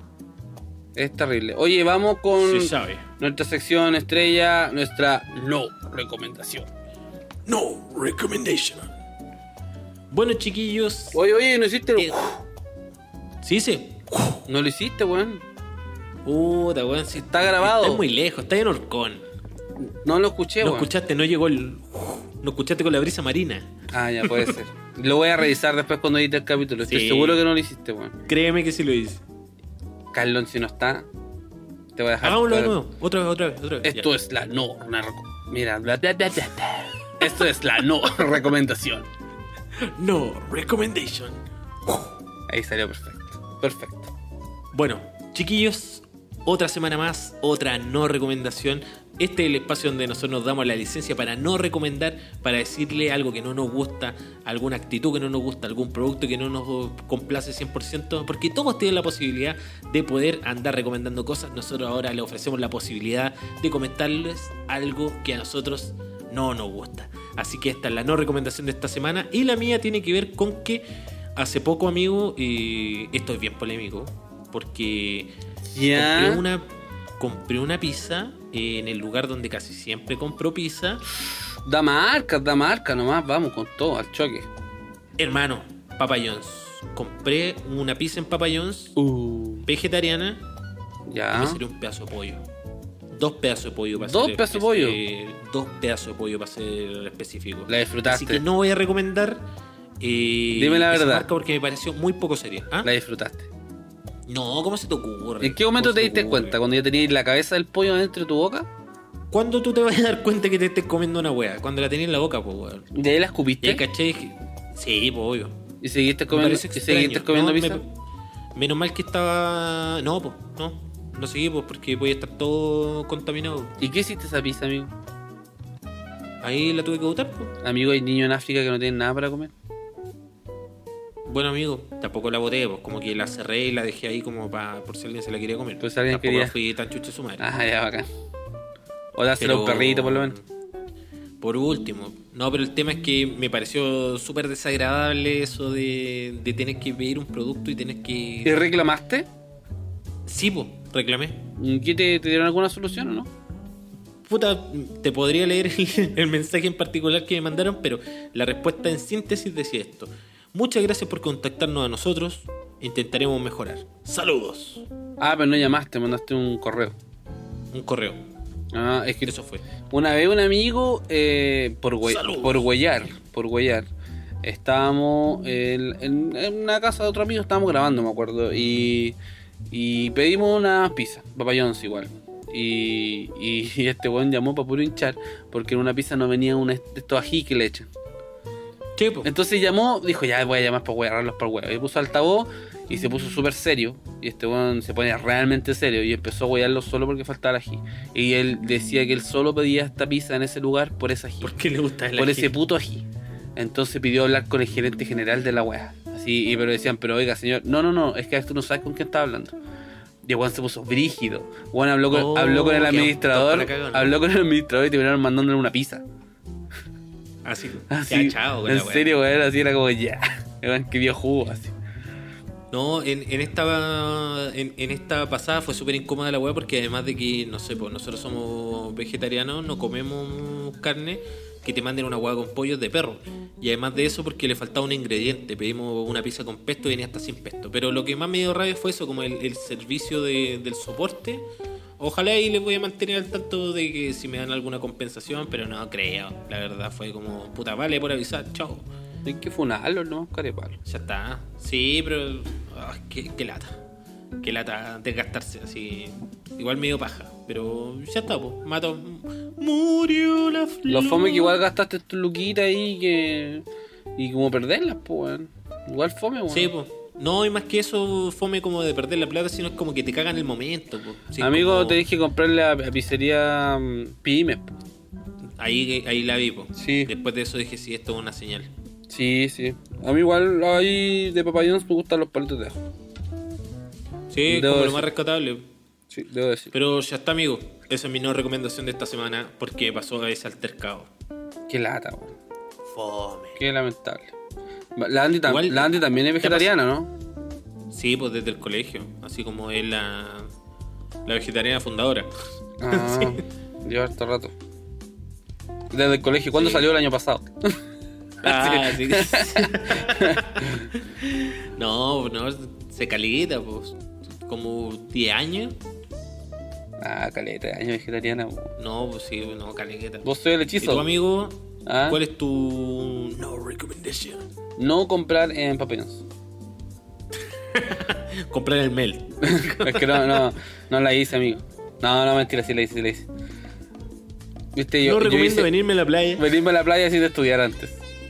Es terrible. Oye, vamos con
Se sabe.
nuestra sección estrella, nuestra no recomendación.
No recommendation. Bueno, chiquillos.
Oye, oye, ¿no hiciste?
Eh, Sí, sí.
No lo hiciste, weón.
Puta, weón, si
Está grabado.
Está muy lejos, está en Orcón.
No lo escuché,
No
weón.
escuchaste, no llegó el. No escuchaste con la brisa marina.
Ah, ya puede ser. Lo voy a revisar después cuando edite el capítulo. Estoy
Sí.
seguro que no lo hiciste, weón.
Créeme que sí lo hice.
Carlón, si no está, te voy a dejar.
Hagámoslo de nuevo. Otra vez, otra vez, otra vez.
Esto
Ya.
es la no. Una reco- Mira, bla, bla, bla, bla, bla. Esto es la no recomendación.
No, recommendation.
Ahí salió perfecto. Perfecto.
Bueno, chiquillos, otra semana más, otra no recomendación. Este es el espacio donde nosotros nos damos la licencia para no recomendar, para decirle algo que no nos gusta, alguna actitud que no nos gusta, algún producto que no nos complace cien por ciento, porque todos tienen la posibilidad de poder andar recomendando cosas. Nosotros ahora le ofrecemos la posibilidad de comentarles algo que a nosotros no nos gusta. Así que esta es la no recomendación de esta semana, y la mía tiene que ver con que hace poco, amigo, eh, esto es bien polémico, porque
Ya.
compré una, compré una pizza en el lugar donde casi siempre compro pizza.
Da marca, da marca nomás. Vamos con todo, al choque.
Hermano, Papa John's. Compré una pizza en Papa John's,
Uh.
vegetariana, y
Ya.
me salió un pedazo de pollo. Dos pedazos de pollo para
¿Dos
ser
pedazos de
espe-
pollo?
eh, dos pedazos de pollo para ser específico.
La disfrutaste.
Así que no voy a recomendar eh,
Dime la
esa
verdad.
marca porque me pareció muy poco seria. ¿Ah?
La disfrutaste.
No, ¿cómo se te ocurre?
¿En qué momento
¿Cómo
te
se
diste
ocurre?
cuenta? ¿Cuando ya tenías la cabeza del pollo dentro de tu boca?
¿Cuándo tú te vas a dar cuenta que te estés comiendo una wea? Cuando la tenías en la boca, pues, weón.
¿De ahí la
Y ahí
escupiste?
caché que- Sí, pues, obvio.
¿Y seguiste
Me
comiendo,
pareció
¿y
extraño.
seguiste comiendo
No,
pizza?
me- menos mal que estaba. No, pues, no. No seguí, pues, porque podía estar todo contaminado.
¿Y qué hiciste esa pizza, amigo?
Ahí la tuve que botar, pues.
Amigo, hay niños en África que no tienen nada para comer.
Bueno, amigo, tampoco la boté, pues, como que la cerré y la dejé ahí como para por si alguien se la quería comer.
Pues si alguien
Tampoco
quería.
fui tan chucho su madre.
Ah, ya, bacán. O dárselo a un
Pero-
perrito, por lo menos.
Por último, no, pero el tema es que me pareció súper desagradable eso de, de tener que pedir un producto y tener
¿Y
que.
reclamaste?
Sí, pues, reclamé.
¿Y qué te, te dieron alguna solución o no?
Puta, te podría leer el, el mensaje en particular que me mandaron, pero la respuesta en síntesis decía esto. Muchas gracias por contactarnos a nosotros. Intentaremos mejorar. Saludos.
Ah, pero no llamaste, mandaste un correo.
Un correo.
Ah, es que
Eso fue.
una vez un amigo, eh, por, hue-
Saludos.
por huellar, por huellar, estábamos en, en- en una casa de otro amigo, estábamos grabando, me acuerdo, y, y pedimos una pizza, Papa John's igual. Y, y, y este weón llamó para puro hinchar, porque en una pizza no venía un est- estos ají que le echan.
Sí, po.
Entonces llamó, dijo, ya voy a llamar para huearlos por huevo. Y puso altavoz y se puso súper serio. Y este weón se pone realmente serio y empezó a huearlo solo porque faltaba el ají. Y él decía que él solo pedía esta pizza en ese lugar por ese ají.
¿Por qué le gusta el
Por
ají?
ese puto ají. Entonces pidió hablar con el gerente general de la wea. Así, y pero decían, pero oiga señor, no, no, no, es que tú no sabes con quién está hablando. Y el weón se puso brígido. Weón habló con,
Oh,
habló con el
qué
administrador,
auto para cagar, ¿no?
habló con el administrador y terminaron mandándole una pizza.
Así.
Así,
Ya, chao, con
en
la wea.
serio, weón, así era como ya. Weón, que vio jugo, así.
No, en, en esta en, en esta pasada fue súper incómoda la weá porque además de que, no sé, pues nosotros somos vegetarianos, no comemos carne, que te manden una hueá con pollo de perro. Y además de eso porque le faltaba un ingrediente, pedimos una pizza con pesto y venía hasta sin pesto. Pero lo que más me dio rabia fue eso, como el, el servicio de, del soporte. Ojalá y les voy a mantener al tanto de que si me dan alguna compensación, pero no creo. La verdad fue como, puta, vale por avisar, chao.
Hay que funarlo, ¿no? Carepalo.
Ya está. Sí, pero. Ay, qué, qué lata. Qué lata desgastarse así. Igual medio paja. Pero ya está, pues. Mato. Murió la flor.
Lo fome que igual gastaste tu luquita ahí que. Y como perderlas, pues, weón. Igual fome, weón.
Sí, pues. No, y más que eso, fome como de perder la plata, sino es como que te cagan el momento, pues. Sí,
Amigo,
como-
tenés que comprarle a, a pizzería mm, Pymes, po.
Ahí, ahí la vi, pues.
Sí.
Después de eso dije, sí, esto es una señal.
Sí, sí. A mí igual ahí de Papa John's me gustan los palitos de ajo.
Sí,
Debo
como lo
decir.
más rescatable.
Sí, debo decir.
Pero ya está, amigo. Esa es mi no recomendación de esta semana porque pasó ese altercado.
Qué lata, weón.
Fome.
Qué lamentable. La Andy, tam-
Igual-
la Andy también es
¿te
vegetariana, ¿no?
Sí, pues desde el colegio, así como es la, la vegetariana fundadora.
Ah,
Sí.
lleva harto rato. Desde el colegio, ¿cuándo
Sí.
salió el año pasado?
Ah, sí. No, no, se calita, pues, como diez años.
Ah, caleta, año vegetariana. Po.
No, pues sí, no, caleta.
Vos soy el
¿Y
hechizo.
tu amigo?
¿Ah?
¿Cuál es tu no recommendation?
No comprar en Papenos.
Comprar el Mel.
Es que no, no, no la hice, amigo. No, no, mentira, sí la hice, sí la hice. Viste, yo,
no
yo
recomiendo
hice,
venirme a la playa.
venirme a la playa sin estudiar antes.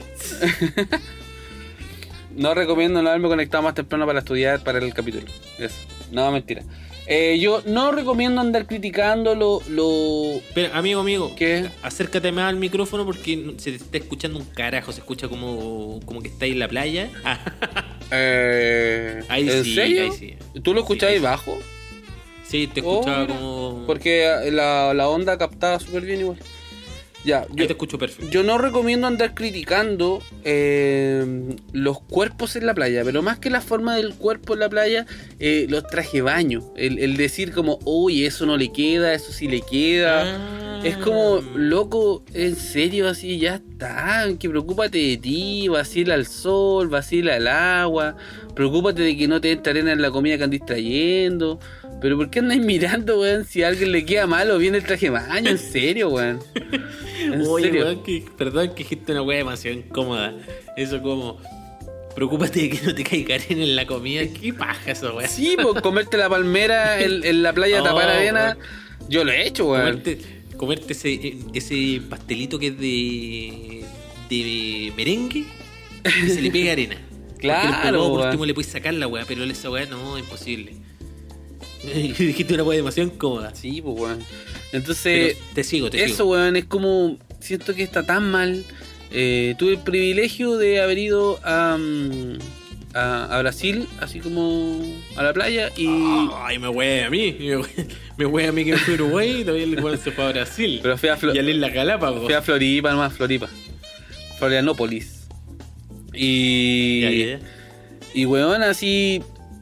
No recomiendo no haberme conectado más temprano para estudiar para el capítulo. Eso. No, mentira. Eh, yo no recomiendo andar criticando lo... lo...
Pero, amigo, amigo,
¿Qué?
acércate más al micrófono porque se te está escuchando un carajo. Se escucha como, como que estáis en la playa.
Eh,
Ahí
¿En
sí,
serio?
ahí sí.
¿Tú lo escuchabas
Sí, sí.
bajo?
Sí, te
Oh,
escuchaba
mira.
como...
Porque la, la onda captaba súper bien igual. Ya,
Ahí
yo,
te escucho perfecto.
yo no recomiendo andar criticando eh, los cuerpos en la playa, pero más que la forma del cuerpo en la playa, eh, los traje baño. El, el decir como, uy, eso no le queda, eso sí le queda.
Ah.
Es como, loco, en serio, así ya está. Que preocúpate de ti, vacila al sol, vacila al agua. Preocúpate de que no te entre arena en la comida que andes trayendo. Pero ¿por qué andáis mirando, weón? Si a alguien le queda mal o viene el traje de baño, en serio, weón. En
Oye,
serio.
weón, que, perdón que dijiste una weá demasiado incómoda. Eso como... Preocúpate de que no te caiga arena en la comida. ¿Qué paja eso, weón?
Sí, pues comerte la palmera en, en la playa
Oh,
tapar arena.
weón.
Yo lo he hecho, weón.
Comerte, comerte ese, ese pastelito que es de, de merengue y se le pega arena.
Claro,
Porque luego, por
weón.
último le puedes sacar la weá, pero esa weá no, es imposible. Dijiste una weá demasiado incómoda.
Sí, pues, weón. Entonces,
Pero te sigo, te
eso,
sigo.
weón, es como. Siento que está tan mal. Eh, tuve el privilegio de haber ido a, mm, a, a Brasil, así como a la playa, y.
Ay, me wea a mí. Me wea- Me wea a mí que me fui a Uruguay y todavía el weón se fue a Brasil.
Pero fui a, Flo-
Y a leer la Galápagos.
fui a Floripa, nomás, Floripa. Florianópolis. Y.
Ya, ya, ya.
Y, weón, así.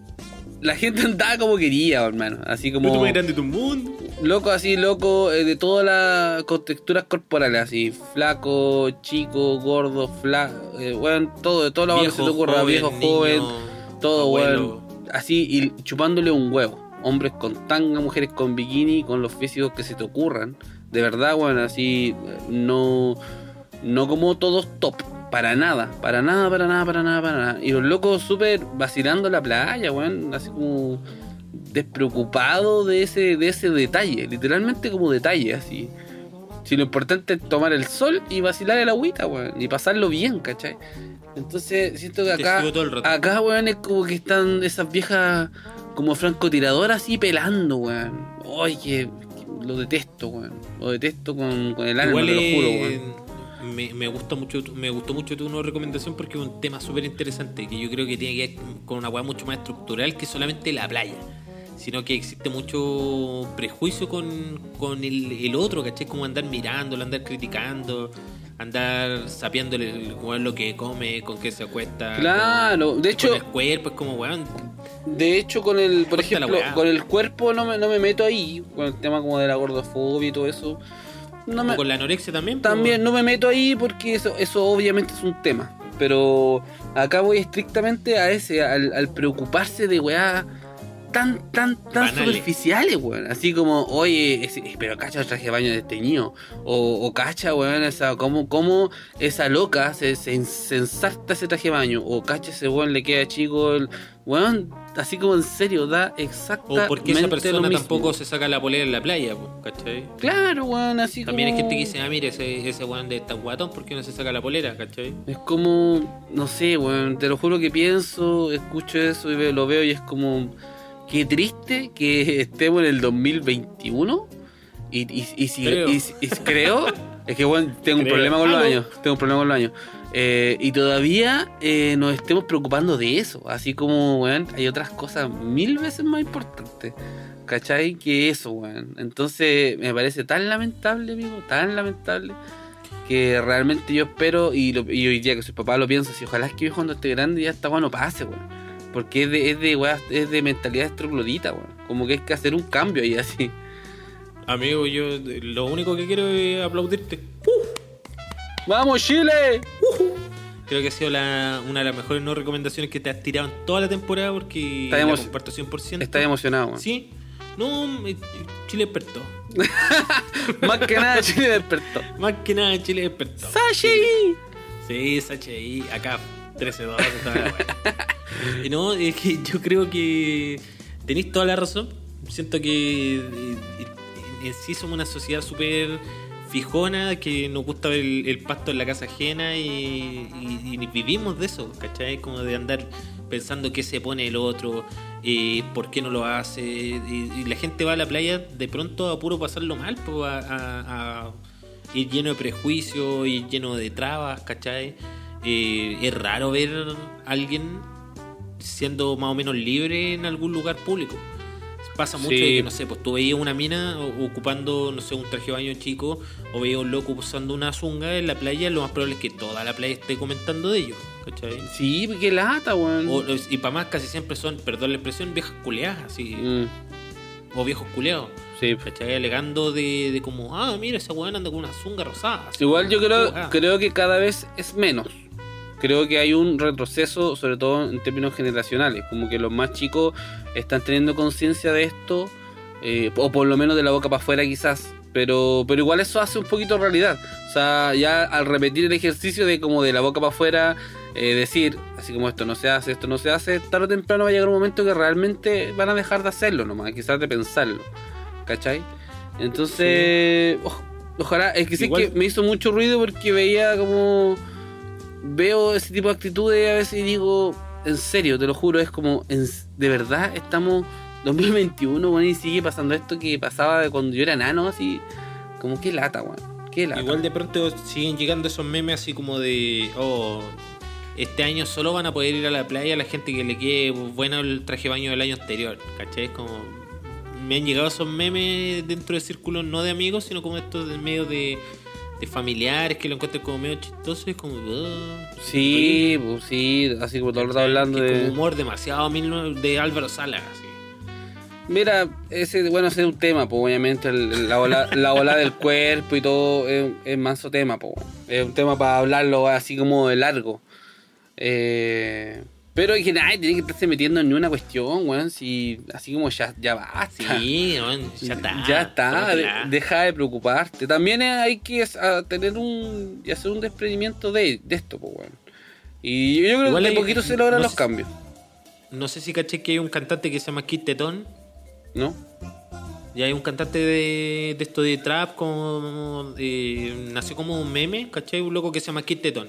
La gente andaba como quería, hermano. Así
¿No
como.
tú más grande de tu mundo?
Loco, así, loco, eh, de todas las con texturas corporales, así, flaco, chico, gordo, flaco, eh, weón, todo, de todos lados que se te ocurra, viejo, joven, todo,
abuelo.
weón, así, y chupándole un huevo. Hombres con tanga, mujeres con bikini, con los físicos que se te ocurran. De verdad, weón, así, no, no como todos top, para nada, para nada, para nada, para nada, para nada. Y los locos súper vacilando la playa, weón, así como despreocupado de ese de ese detalle, literalmente como detalle, así. Si lo importante es tomar el sol y vacilar el agüita, weón, y pasarlo bien, ¿cachai? Entonces siento que
Te
acá,
sigo todo el rato.
acá, weón, es como que están esas viejas como francotiradoras así pelando, weón. Ay, que, que lo detesto, weón. Lo detesto con, con el alma,
Igual
te lo juro,
eh,
weón.
me, me gusta mucho tu- me gustó mucho tu nueva recomendación porque es un tema súper interesante que yo creo que tiene que ver con una weá mucho más estructural que solamente la playa, sino que existe mucho prejuicio con, con el, el otro, ¿cachai? Como andar mirándolo, andar criticando, andar sapeándole el weón lo que come, con qué se acuesta.
Claro,
con,
de hecho,
con el cuerpo, es como weón.
De hecho, con el, por
Corta la
ejemplo,
weá.
con el cuerpo no me, no me meto ahí, con el tema como de la gordofobia y todo eso. No me,
Con la anorexia también. pues,
también no me meto ahí porque eso, eso obviamente es un tema. Pero acá voy estrictamente a ese, al, al preocuparse de weá tan, tan, tan
Banales.
superficiales, weón. Así como, oye, ese- pero cacha el traje de baño desteñido. O, o cacha, weón, esa, como, como esa loca se, se, se ensarta ese traje de baño. O cacha ese weón le queda chico el. Weón, así como en serio, da exactamente
O porque esa
lo
persona
mismo.
tampoco se saca la polera en la playa, pues, ¿cachai?
Claro, weón, así
También
como.
hay gente que dice, ah, mire, ese, ese weón de tan guatón, ¿por qué no se saca la polera, cachai?
Es como, no sé, weón, te lo juro que pienso, escucho eso y veo- lo veo y es como, qué triste que estemos en el dos mil veintiuno y, y, y si,
Creo.
y si- y si- creo, es que bueno, tengo un
Creo.
problema con los
Ah, no.
años, tengo un problema con los años. Eh, y todavía eh, nos estemos preocupando de eso, así como, weón, hay otras cosas mil veces más importantes, ¿cachai? Que eso, weón. Entonces me parece tan lamentable, amigo, tan lamentable, que realmente yo espero, y, lo- y hoy día que soy papá lo pienso, si ojalá es que yo cuando esté grande ya esta weá no pase, weón. Porque es de, es de, weá, es de mentalidad estroglodita, weón. Como que hay que hacer un cambio ahí así.
Amigo, yo eh, lo único que quiero es aplaudirte.
¡Vamos, Chile!
Creo que ha sido la, una de las mejores no recomendaciones que te has tirado en toda la temporada porque
Está
la
emo-
comparto cien por ciento.
Estás emocionado, weón.
Sí, No, eh, Chile despertó.
Más que nada Chile despertó.
Más que nada Chile despertó.
¡Sachi!
Sí, Sachi, acá trece dos. Y no, es que yo creo que tenéis toda la razón. Siento que eh, en sí somos una sociedad súper fijona, que nos gusta ver el, el pasto en la casa ajena y, y, y vivimos de eso, ¿cachai? Como de andar pensando qué se pone el otro, eh, por qué no lo hace. Y, y la gente va a la playa de pronto a puro pasarlo mal, pues, a, a, a ir lleno de prejuicios, ir lleno de trabas, ¿cachai? Eh, es raro ver a alguien siendo más o menos libre en algún lugar público. Pasa mucho
Sí.
de que, no sé, pues tú veías una mina ocupando, no sé, un traje de baño chico, o veías un loco usando una zunga en la playa, lo más probable es que toda la playa esté comentando de ellos, ¿cachai?
Sí, qué lata, weón.
O, y para más casi siempre son, perdón la expresión, viejas culeadas, así,
Mm,
o viejos culeados,
sí.
¿cachai? Alegando de, de como, ah, mira, esa weón anda con una zunga rosada. así,
Igual yo creo,
ah.
creo que cada vez es menos. Creo que hay un retroceso, sobre todo en términos generacionales. Como que los más chicos están teniendo conciencia de esto, eh, o por lo menos de la boca para afuera quizás. Pero, pero igual eso hace un poquito realidad. O sea, ya al repetir el ejercicio de como de la boca para afuera, eh, decir, así como esto no se hace, esto no se hace, tarde o temprano va a llegar un momento que realmente van a dejar de hacerlo nomás, quizás de pensarlo. ¿Cachai? Entonces, o- ojalá, es que sí
Igual-
que me hizo mucho ruido porque veía como... Veo ese tipo de actitudes a veces y digo, en serio, te lo juro, es como, en- de verdad estamos dos mil veintiuno, bueno, y sigue pasando esto que pasaba de cuando yo era nano, así, como qué lata, weón, qué lata.
Igual de pronto siguen llegando esos memes así como de, oh, este año solo van a poder ir a la playa la gente que le quede bueno el traje de baño del año anterior, ¿cachai? Es como, me han llegado esos memes dentro de círculos no de amigos, sino como estos de medio de, de familiares que lo encuentran como medio chistoso, es como, oh,
Sí, pues sí, así como todo el rato hablando
que es
de...
como humor demasiado mil nue- de Álvaro Sala, así.
Mira, ese, bueno, ese es un tema, pues obviamente el- la ola, la ola del cuerpo y todo es, es manso tema, pues. Es un tema para hablarlo así como de largo. Eh, pero es que nadie tiene que estarse metiendo en ninguna cuestión, weón. Si, así como ya, ya basta.
Sí, bueno, ya está.
Ya está, de-
tómatela.
deja de preocuparte. También hay que a, tener un y hacer un desprendimiento de, de esto, pues, weón. Y yo creo
Igual
que de
hay-
poquito se logran
no
los
sé-
cambios,
No sé si caché que hay un cantante que se llama Kid Tetón.
¿no?
Y hay un cantante de, de esto de trap, como eh, nació como un meme, ¿cachai? Un loco que se llama Kid Tetón.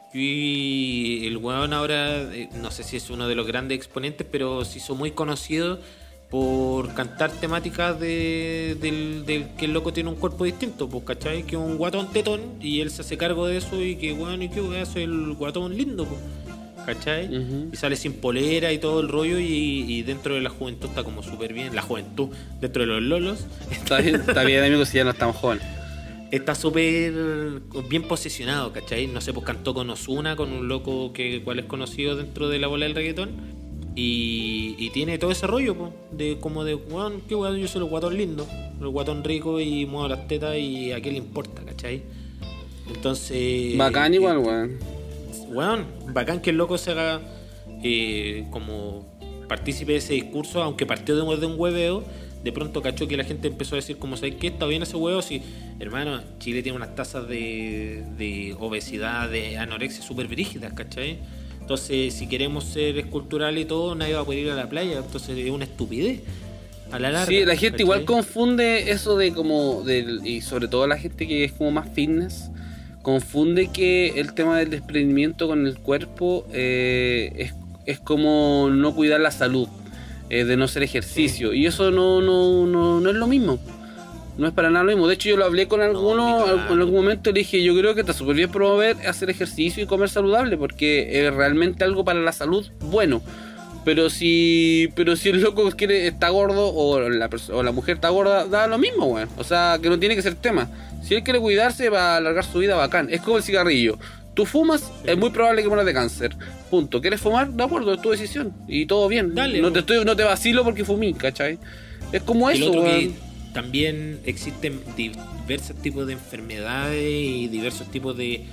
Y el weón ahora, eh, no sé si es uno de los grandes exponentes, pero se hizo muy conocido por cantar temáticas de, del, del que el loco tiene un cuerpo distinto, pues, ¿cachai? Que un guatón tetón y él se hace cargo de eso y que, bueno, y que weón, soy el guatón lindo, pues. ¿Cachai?
Ujú.
Y sale sin polera y todo el rollo y, y dentro de la juventud está como súper bien. La juventud, dentro de los lolos,
Está bien, está bien, amigos, si ya no estamos jóvenes.
está súper bien posicionado, ¿cachai? No sé, pues cantó con Ozuna, con un loco que cual es conocido dentro de la bola del reggaetón. Y, y tiene todo ese rollo, pues, de como de, weón, qué weón, yo soy el guatón lindo, el guatón rico y muevo las tetas y a qué le importa, ¿cachai? Entonces...
Bacán igual, weón.
Weón, bacán que el loco se haga eh, como partícipe de ese discurso, aunque partió de un, de un hueveo, de pronto cachó que la gente empezó a decir como, ¿sabes qué? Está bien ese huevo, si, hermano, Chile tiene unas tasas de, de obesidad, de anorexia súper brígidas, ¿cachai? Entonces, si queremos ser escultural y todo, nadie va a poder ir a la playa, entonces es una estupidez. A la larga,
Sí, la gente
¿cachai?
igual confunde eso de como, del, y sobre todo la gente que es como más fitness, confunde que el tema del desprendimiento con el cuerpo eh, es, es como no cuidar la salud, eh, de no hacer ejercicio, y eso no, no, no, no es lo mismo. No es para nada lo mismo. De hecho, yo lo hablé con alguno
ni cagando.
en algún momento, le dije, yo creo que está súper bien promover hacer ejercicio y comer saludable, porque es realmente algo para la salud bueno. Pero si pero si el loco quiere está gordo o la, perso- o la mujer está gorda, da lo mismo, weón. O sea, que no tiene que ser tema. Si él quiere cuidarse, va a alargar su vida, bacán. Es como el cigarrillo. Tú fumas, es muy probable que mueras de cáncer. Punto. ¿Quieres fumar? De acuerdo, es tu decisión. Y todo bien.
Dale,
no,
weón.
te estoy, no te vacilo porque fumí, ¿cachai? Es como
El
eso,
otro
weón.
que también existen diversos tipos de enfermedades y diversos tipos de,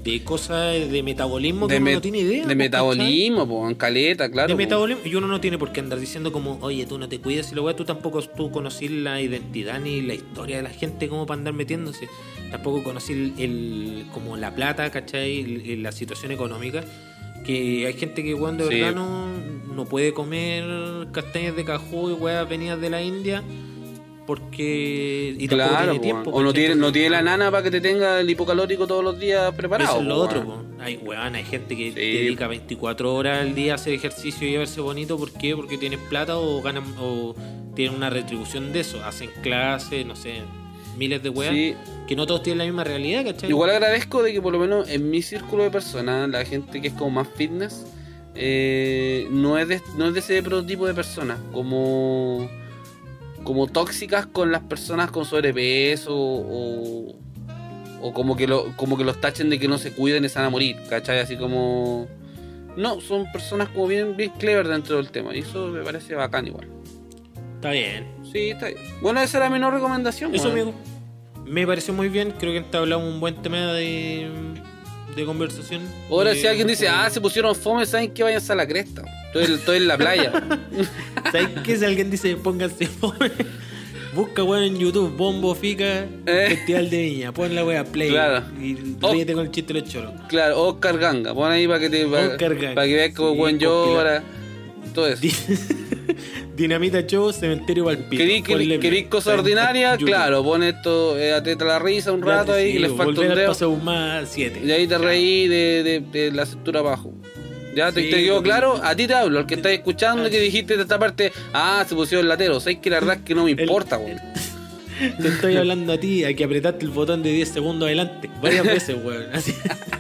de cosas de metabolismo que
De,
uno
me-
no tiene idea.
de
pues,
metabolismo, po, en caleta,
¿cachai?
claro.
De
po.
metabolismo. Y uno no tiene por qué andar diciendo como, oye, tú no te cuidas y lo weá, tú tampoco tú conocís la identidad ni la historia de la gente como para andar metiéndose. Tampoco conocí el, el- como la plata, ¿cachai? El- el- la situación económica. Que hay gente que, weón, de
Sí.
verdad no, no puede comer castañas de cajú y weas venidas de la India porque... Y tampoco
Claro,
tiene
po,
tiempo.
o no
¿cachai?
tiene, no
Entonces,
tiene la nana para que te tenga el hipocalórico todos los días preparado.
eso es lo
po,
otro,
weón.
po. Hay, weón, hay gente que
Sí.
dedica veinticuatro horas al día a hacer ejercicio y a verse bonito. ¿Por qué? Porque tienen plata o ganan o tienen una retribución de eso. Hacen clases, no sé, miles de weas.
Sí.
Que no todos tienen la misma realidad, ¿cachai?
Igual agradezco de que por lo menos en mi círculo de personas, la gente que es como más fitness, eh, no, es de, no es de ese tipo de personas, como, como tóxicas con las personas con sobrepeso o, o como, que lo, como que los tachen de que no se cuiden y se van a morir, ¿cachai? Así como... No, son personas como bien, bien clever dentro del tema y eso me parece bacán igual.
Está bien.
Sí, está bien. Bueno, esa era mi no recomendación.
Eso,
weón.
amigo. Me pareció muy bien. Creo que entablamos un buen tema de, de conversación.
Ahora
Eh,
si alguien dice, ah, se pusieron fome, ¿saben qué? Váyanse a la cresta. Estoy, estoy en la playa.
¿Sabes qué? Si alguien dice pónganse fome, busca weón en YouTube, Bombo Fica,
Eh.
Festival de Viña, pon la wea play
Claro.
y
Oh.
ríete con el chiste de los choros.
Claro, Oscar Ganga. Pon ahí para que te para,
Oscar Ganga.
para que veas cómo
Sí,
buen llora. Todo eso.
Di- Dinamita Show, Cementerio Palpito.
¿Querís, querís, querís cosas ordinarias? Claro, pon esto, eh, ateta la risa un rato ahí,
sí,
que les falta
volver
un
al
dedo.
paso más siete.
Y ahí te reí de, de, de la cintura abajo. ¿Ya te,
Sí,
te quedó
porque-
claro? A ti te hablo, al que estás escuchando,
Ah.
que dijiste de esta parte, ah, se pusieron el latero. Sabes que la verdad es que no me importa, weón.
Te estoy hablando a ti, a que apretaste el botón de diez segundos adelante. Varias veces, weón. Así.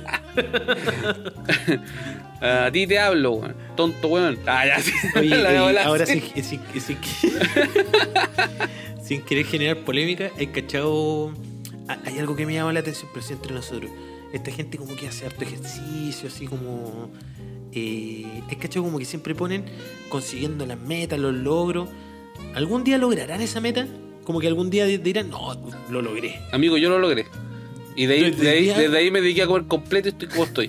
A ti te hablo, weón. Tonto, weón. Ah, ya, sí.
Oye,
La de
eh,
volar,
ahora
sí.
sin, sin, sin, sin querer generar polémica, he cachado. ha- Hay algo que me llama la atención, pero sí entre nosotros. Esta gente como que hace harto ejercicio, así como. Eh, he cachado como que siempre ponen consiguiendo las metas, los logros. ¿Algún día lograrán esa meta? Como que algún día dirán, no, lo logré.
Amigo, yo lo logré. Y de ahí,
Desde
de ahí,
día-
desde ahí me dediqué a comer completo y estoy como estoy.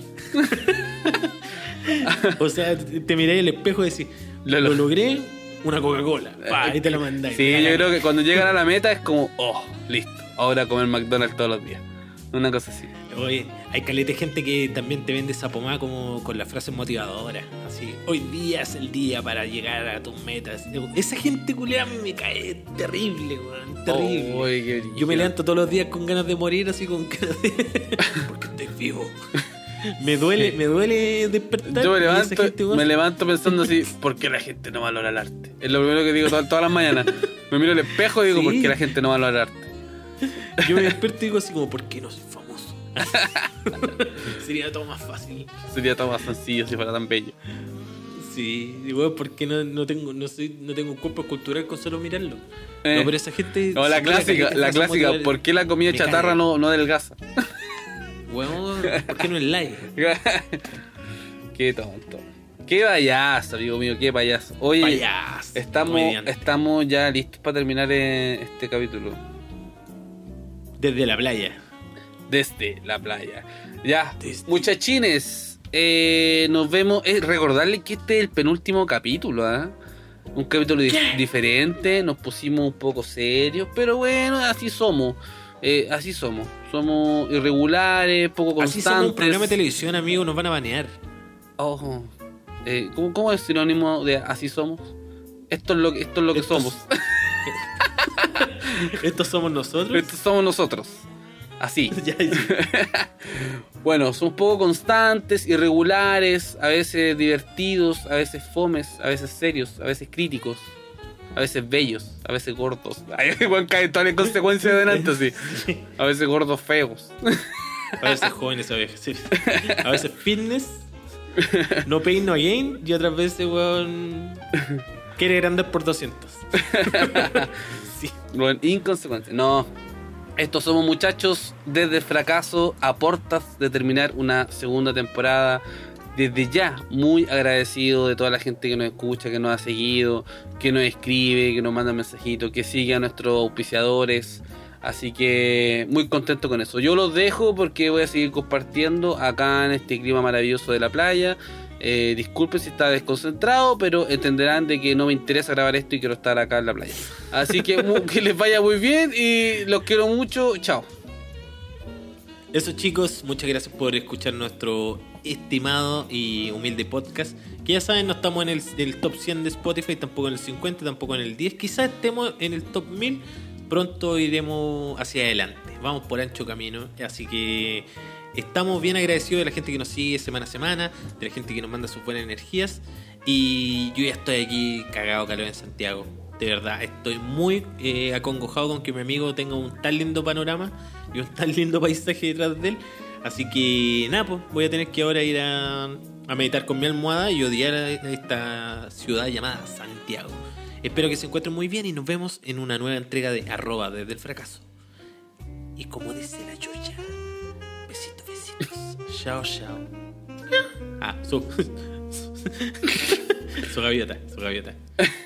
O sea, te te miráis al espejo y decís,
Lo
lo,
log-
logré, una Coca-Cola. Pa, ahí te la mandáis.
Sí,
Ya
yo
gané.
creo que cuando llegan a la meta es como, oh, listo. Ahora comer McDonald's todos los días. Una cosa así.
Oye, hay caleta de gente que también te vende esa pomada como con las frases motivadoras. Así, hoy día es el día para llegar a tus metas. Esa gente culiada me cae terrible, weón. Terrible.
Oh, oye, qué
Yo me
brígido.
levanto todos los días con ganas de morir, así con ganas de... Porque estoy vivo. Me duele, me duele despertar.
Yo me
y esa
levanto,
gente, weón,
me levanto pensando así, ¿por qué la gente no valora el arte? Es lo primero que digo todas, todas las mañanas. Me miro al espejo y digo,
Sí.
¿por qué la gente no valora el arte?
Yo me despierto y digo así como, ¿por qué no soy famoso? Sería todo más fácil.
Sería todo más sencillo si fuera tan bello.
Sí, digo, porque no, no tengo no soy no tengo un cuerpo escultural con solo mirarlo.
Eh.
No, pero esa gente...
No, la
se tira
clásica,
caleta de
la
frases
clásica,
motivadoras.
¿por qué la comida
Me
chatarra
cae.
no, no adelgaza?
Weón, ¿por qué no es like?
Qué tonto. Qué payaso, amigo mío, qué payaso. Oye,
Payaso,
estamos,
comediante.
estamos ya listos para terminar eh, este capítulo.
Desde la playa.
Desde la playa. Ya,
Desde-
muchachines, eh, nos vemos. Eh, recordarles que este es el penúltimo capítulo, ¿ah? Un capítulo di- diferente, nos pusimos un poco serios, pero bueno, así somos. Eh, así somos. Somos irregulares, poco
Así
constantes.
somos un programa de televisión, amigo, nos van a banear.
Ojo. Eh, ¿cómo, ¿Cómo es el sinónimo de así somos? Esto es lo que, esto es lo que
Estos-
somos.
Estos somos nosotros.
Estos somos nosotros. Así.
Ya, sí.
Bueno, somos poco constantes, irregulares, a veces divertidos, a veces fomes, a veces serios, a veces críticos, a veces bellos, a veces gordos. Ay, igual caen todas las consecuencias de delante, así. A veces gordos feos.
A veces jóvenes, a veces. Sí. A veces fitness. No pain, no gain. Y otras veces, weón. Quiere grandes por doscientos. Sí.
Bueno, inconsecuente. No. Estos somos muchachos desde el fracaso a portas de terminar una segunda temporada. Desde ya, muy agradecido de toda la gente que nos escucha, que nos ha seguido, que nos escribe, que nos manda mensajitos, que sigue a nuestros auspiciadores, Así que muy contento con eso. Yo los dejo porque voy a seguir compartiendo acá en este clima maravilloso de la playa. Eh, disculpen si está desconcentrado, pero entenderán de que no me interesa grabar esto y quiero estar acá en la playa. Así que que les vaya muy bien y los quiero mucho. Chao.
Eso, chicos, muchas gracias por escuchar nuestro estimado y humilde podcast. Que ya saben, no estamos en el, el top cien de Spotify, tampoco en el cincuenta, tampoco en el diez. Quizás estemos en el top mil. Pronto iremos hacia adelante. Vamos por ancho camino. Así que estamos bien agradecidos de la gente que nos sigue semana a semana, de la gente que nos manda sus buenas energías. Y yo ya estoy aquí cagado calor en Santiago. De verdad, estoy muy eh, acongojado con que mi amigo tenga un tan lindo panorama y un tan lindo paisaje detrás de él. Así que nada, pues voy a tener que ahora ir a, a meditar con mi almohada y odiar a esta ciudad llamada Santiago. Espero que se encuentren muy bien y nos vemos en una nueva entrega de arroba desde el fracaso. Y como dice la chucha, besitos, besitos. Chao, chao. Ah, su... su gaviota, su gaviota.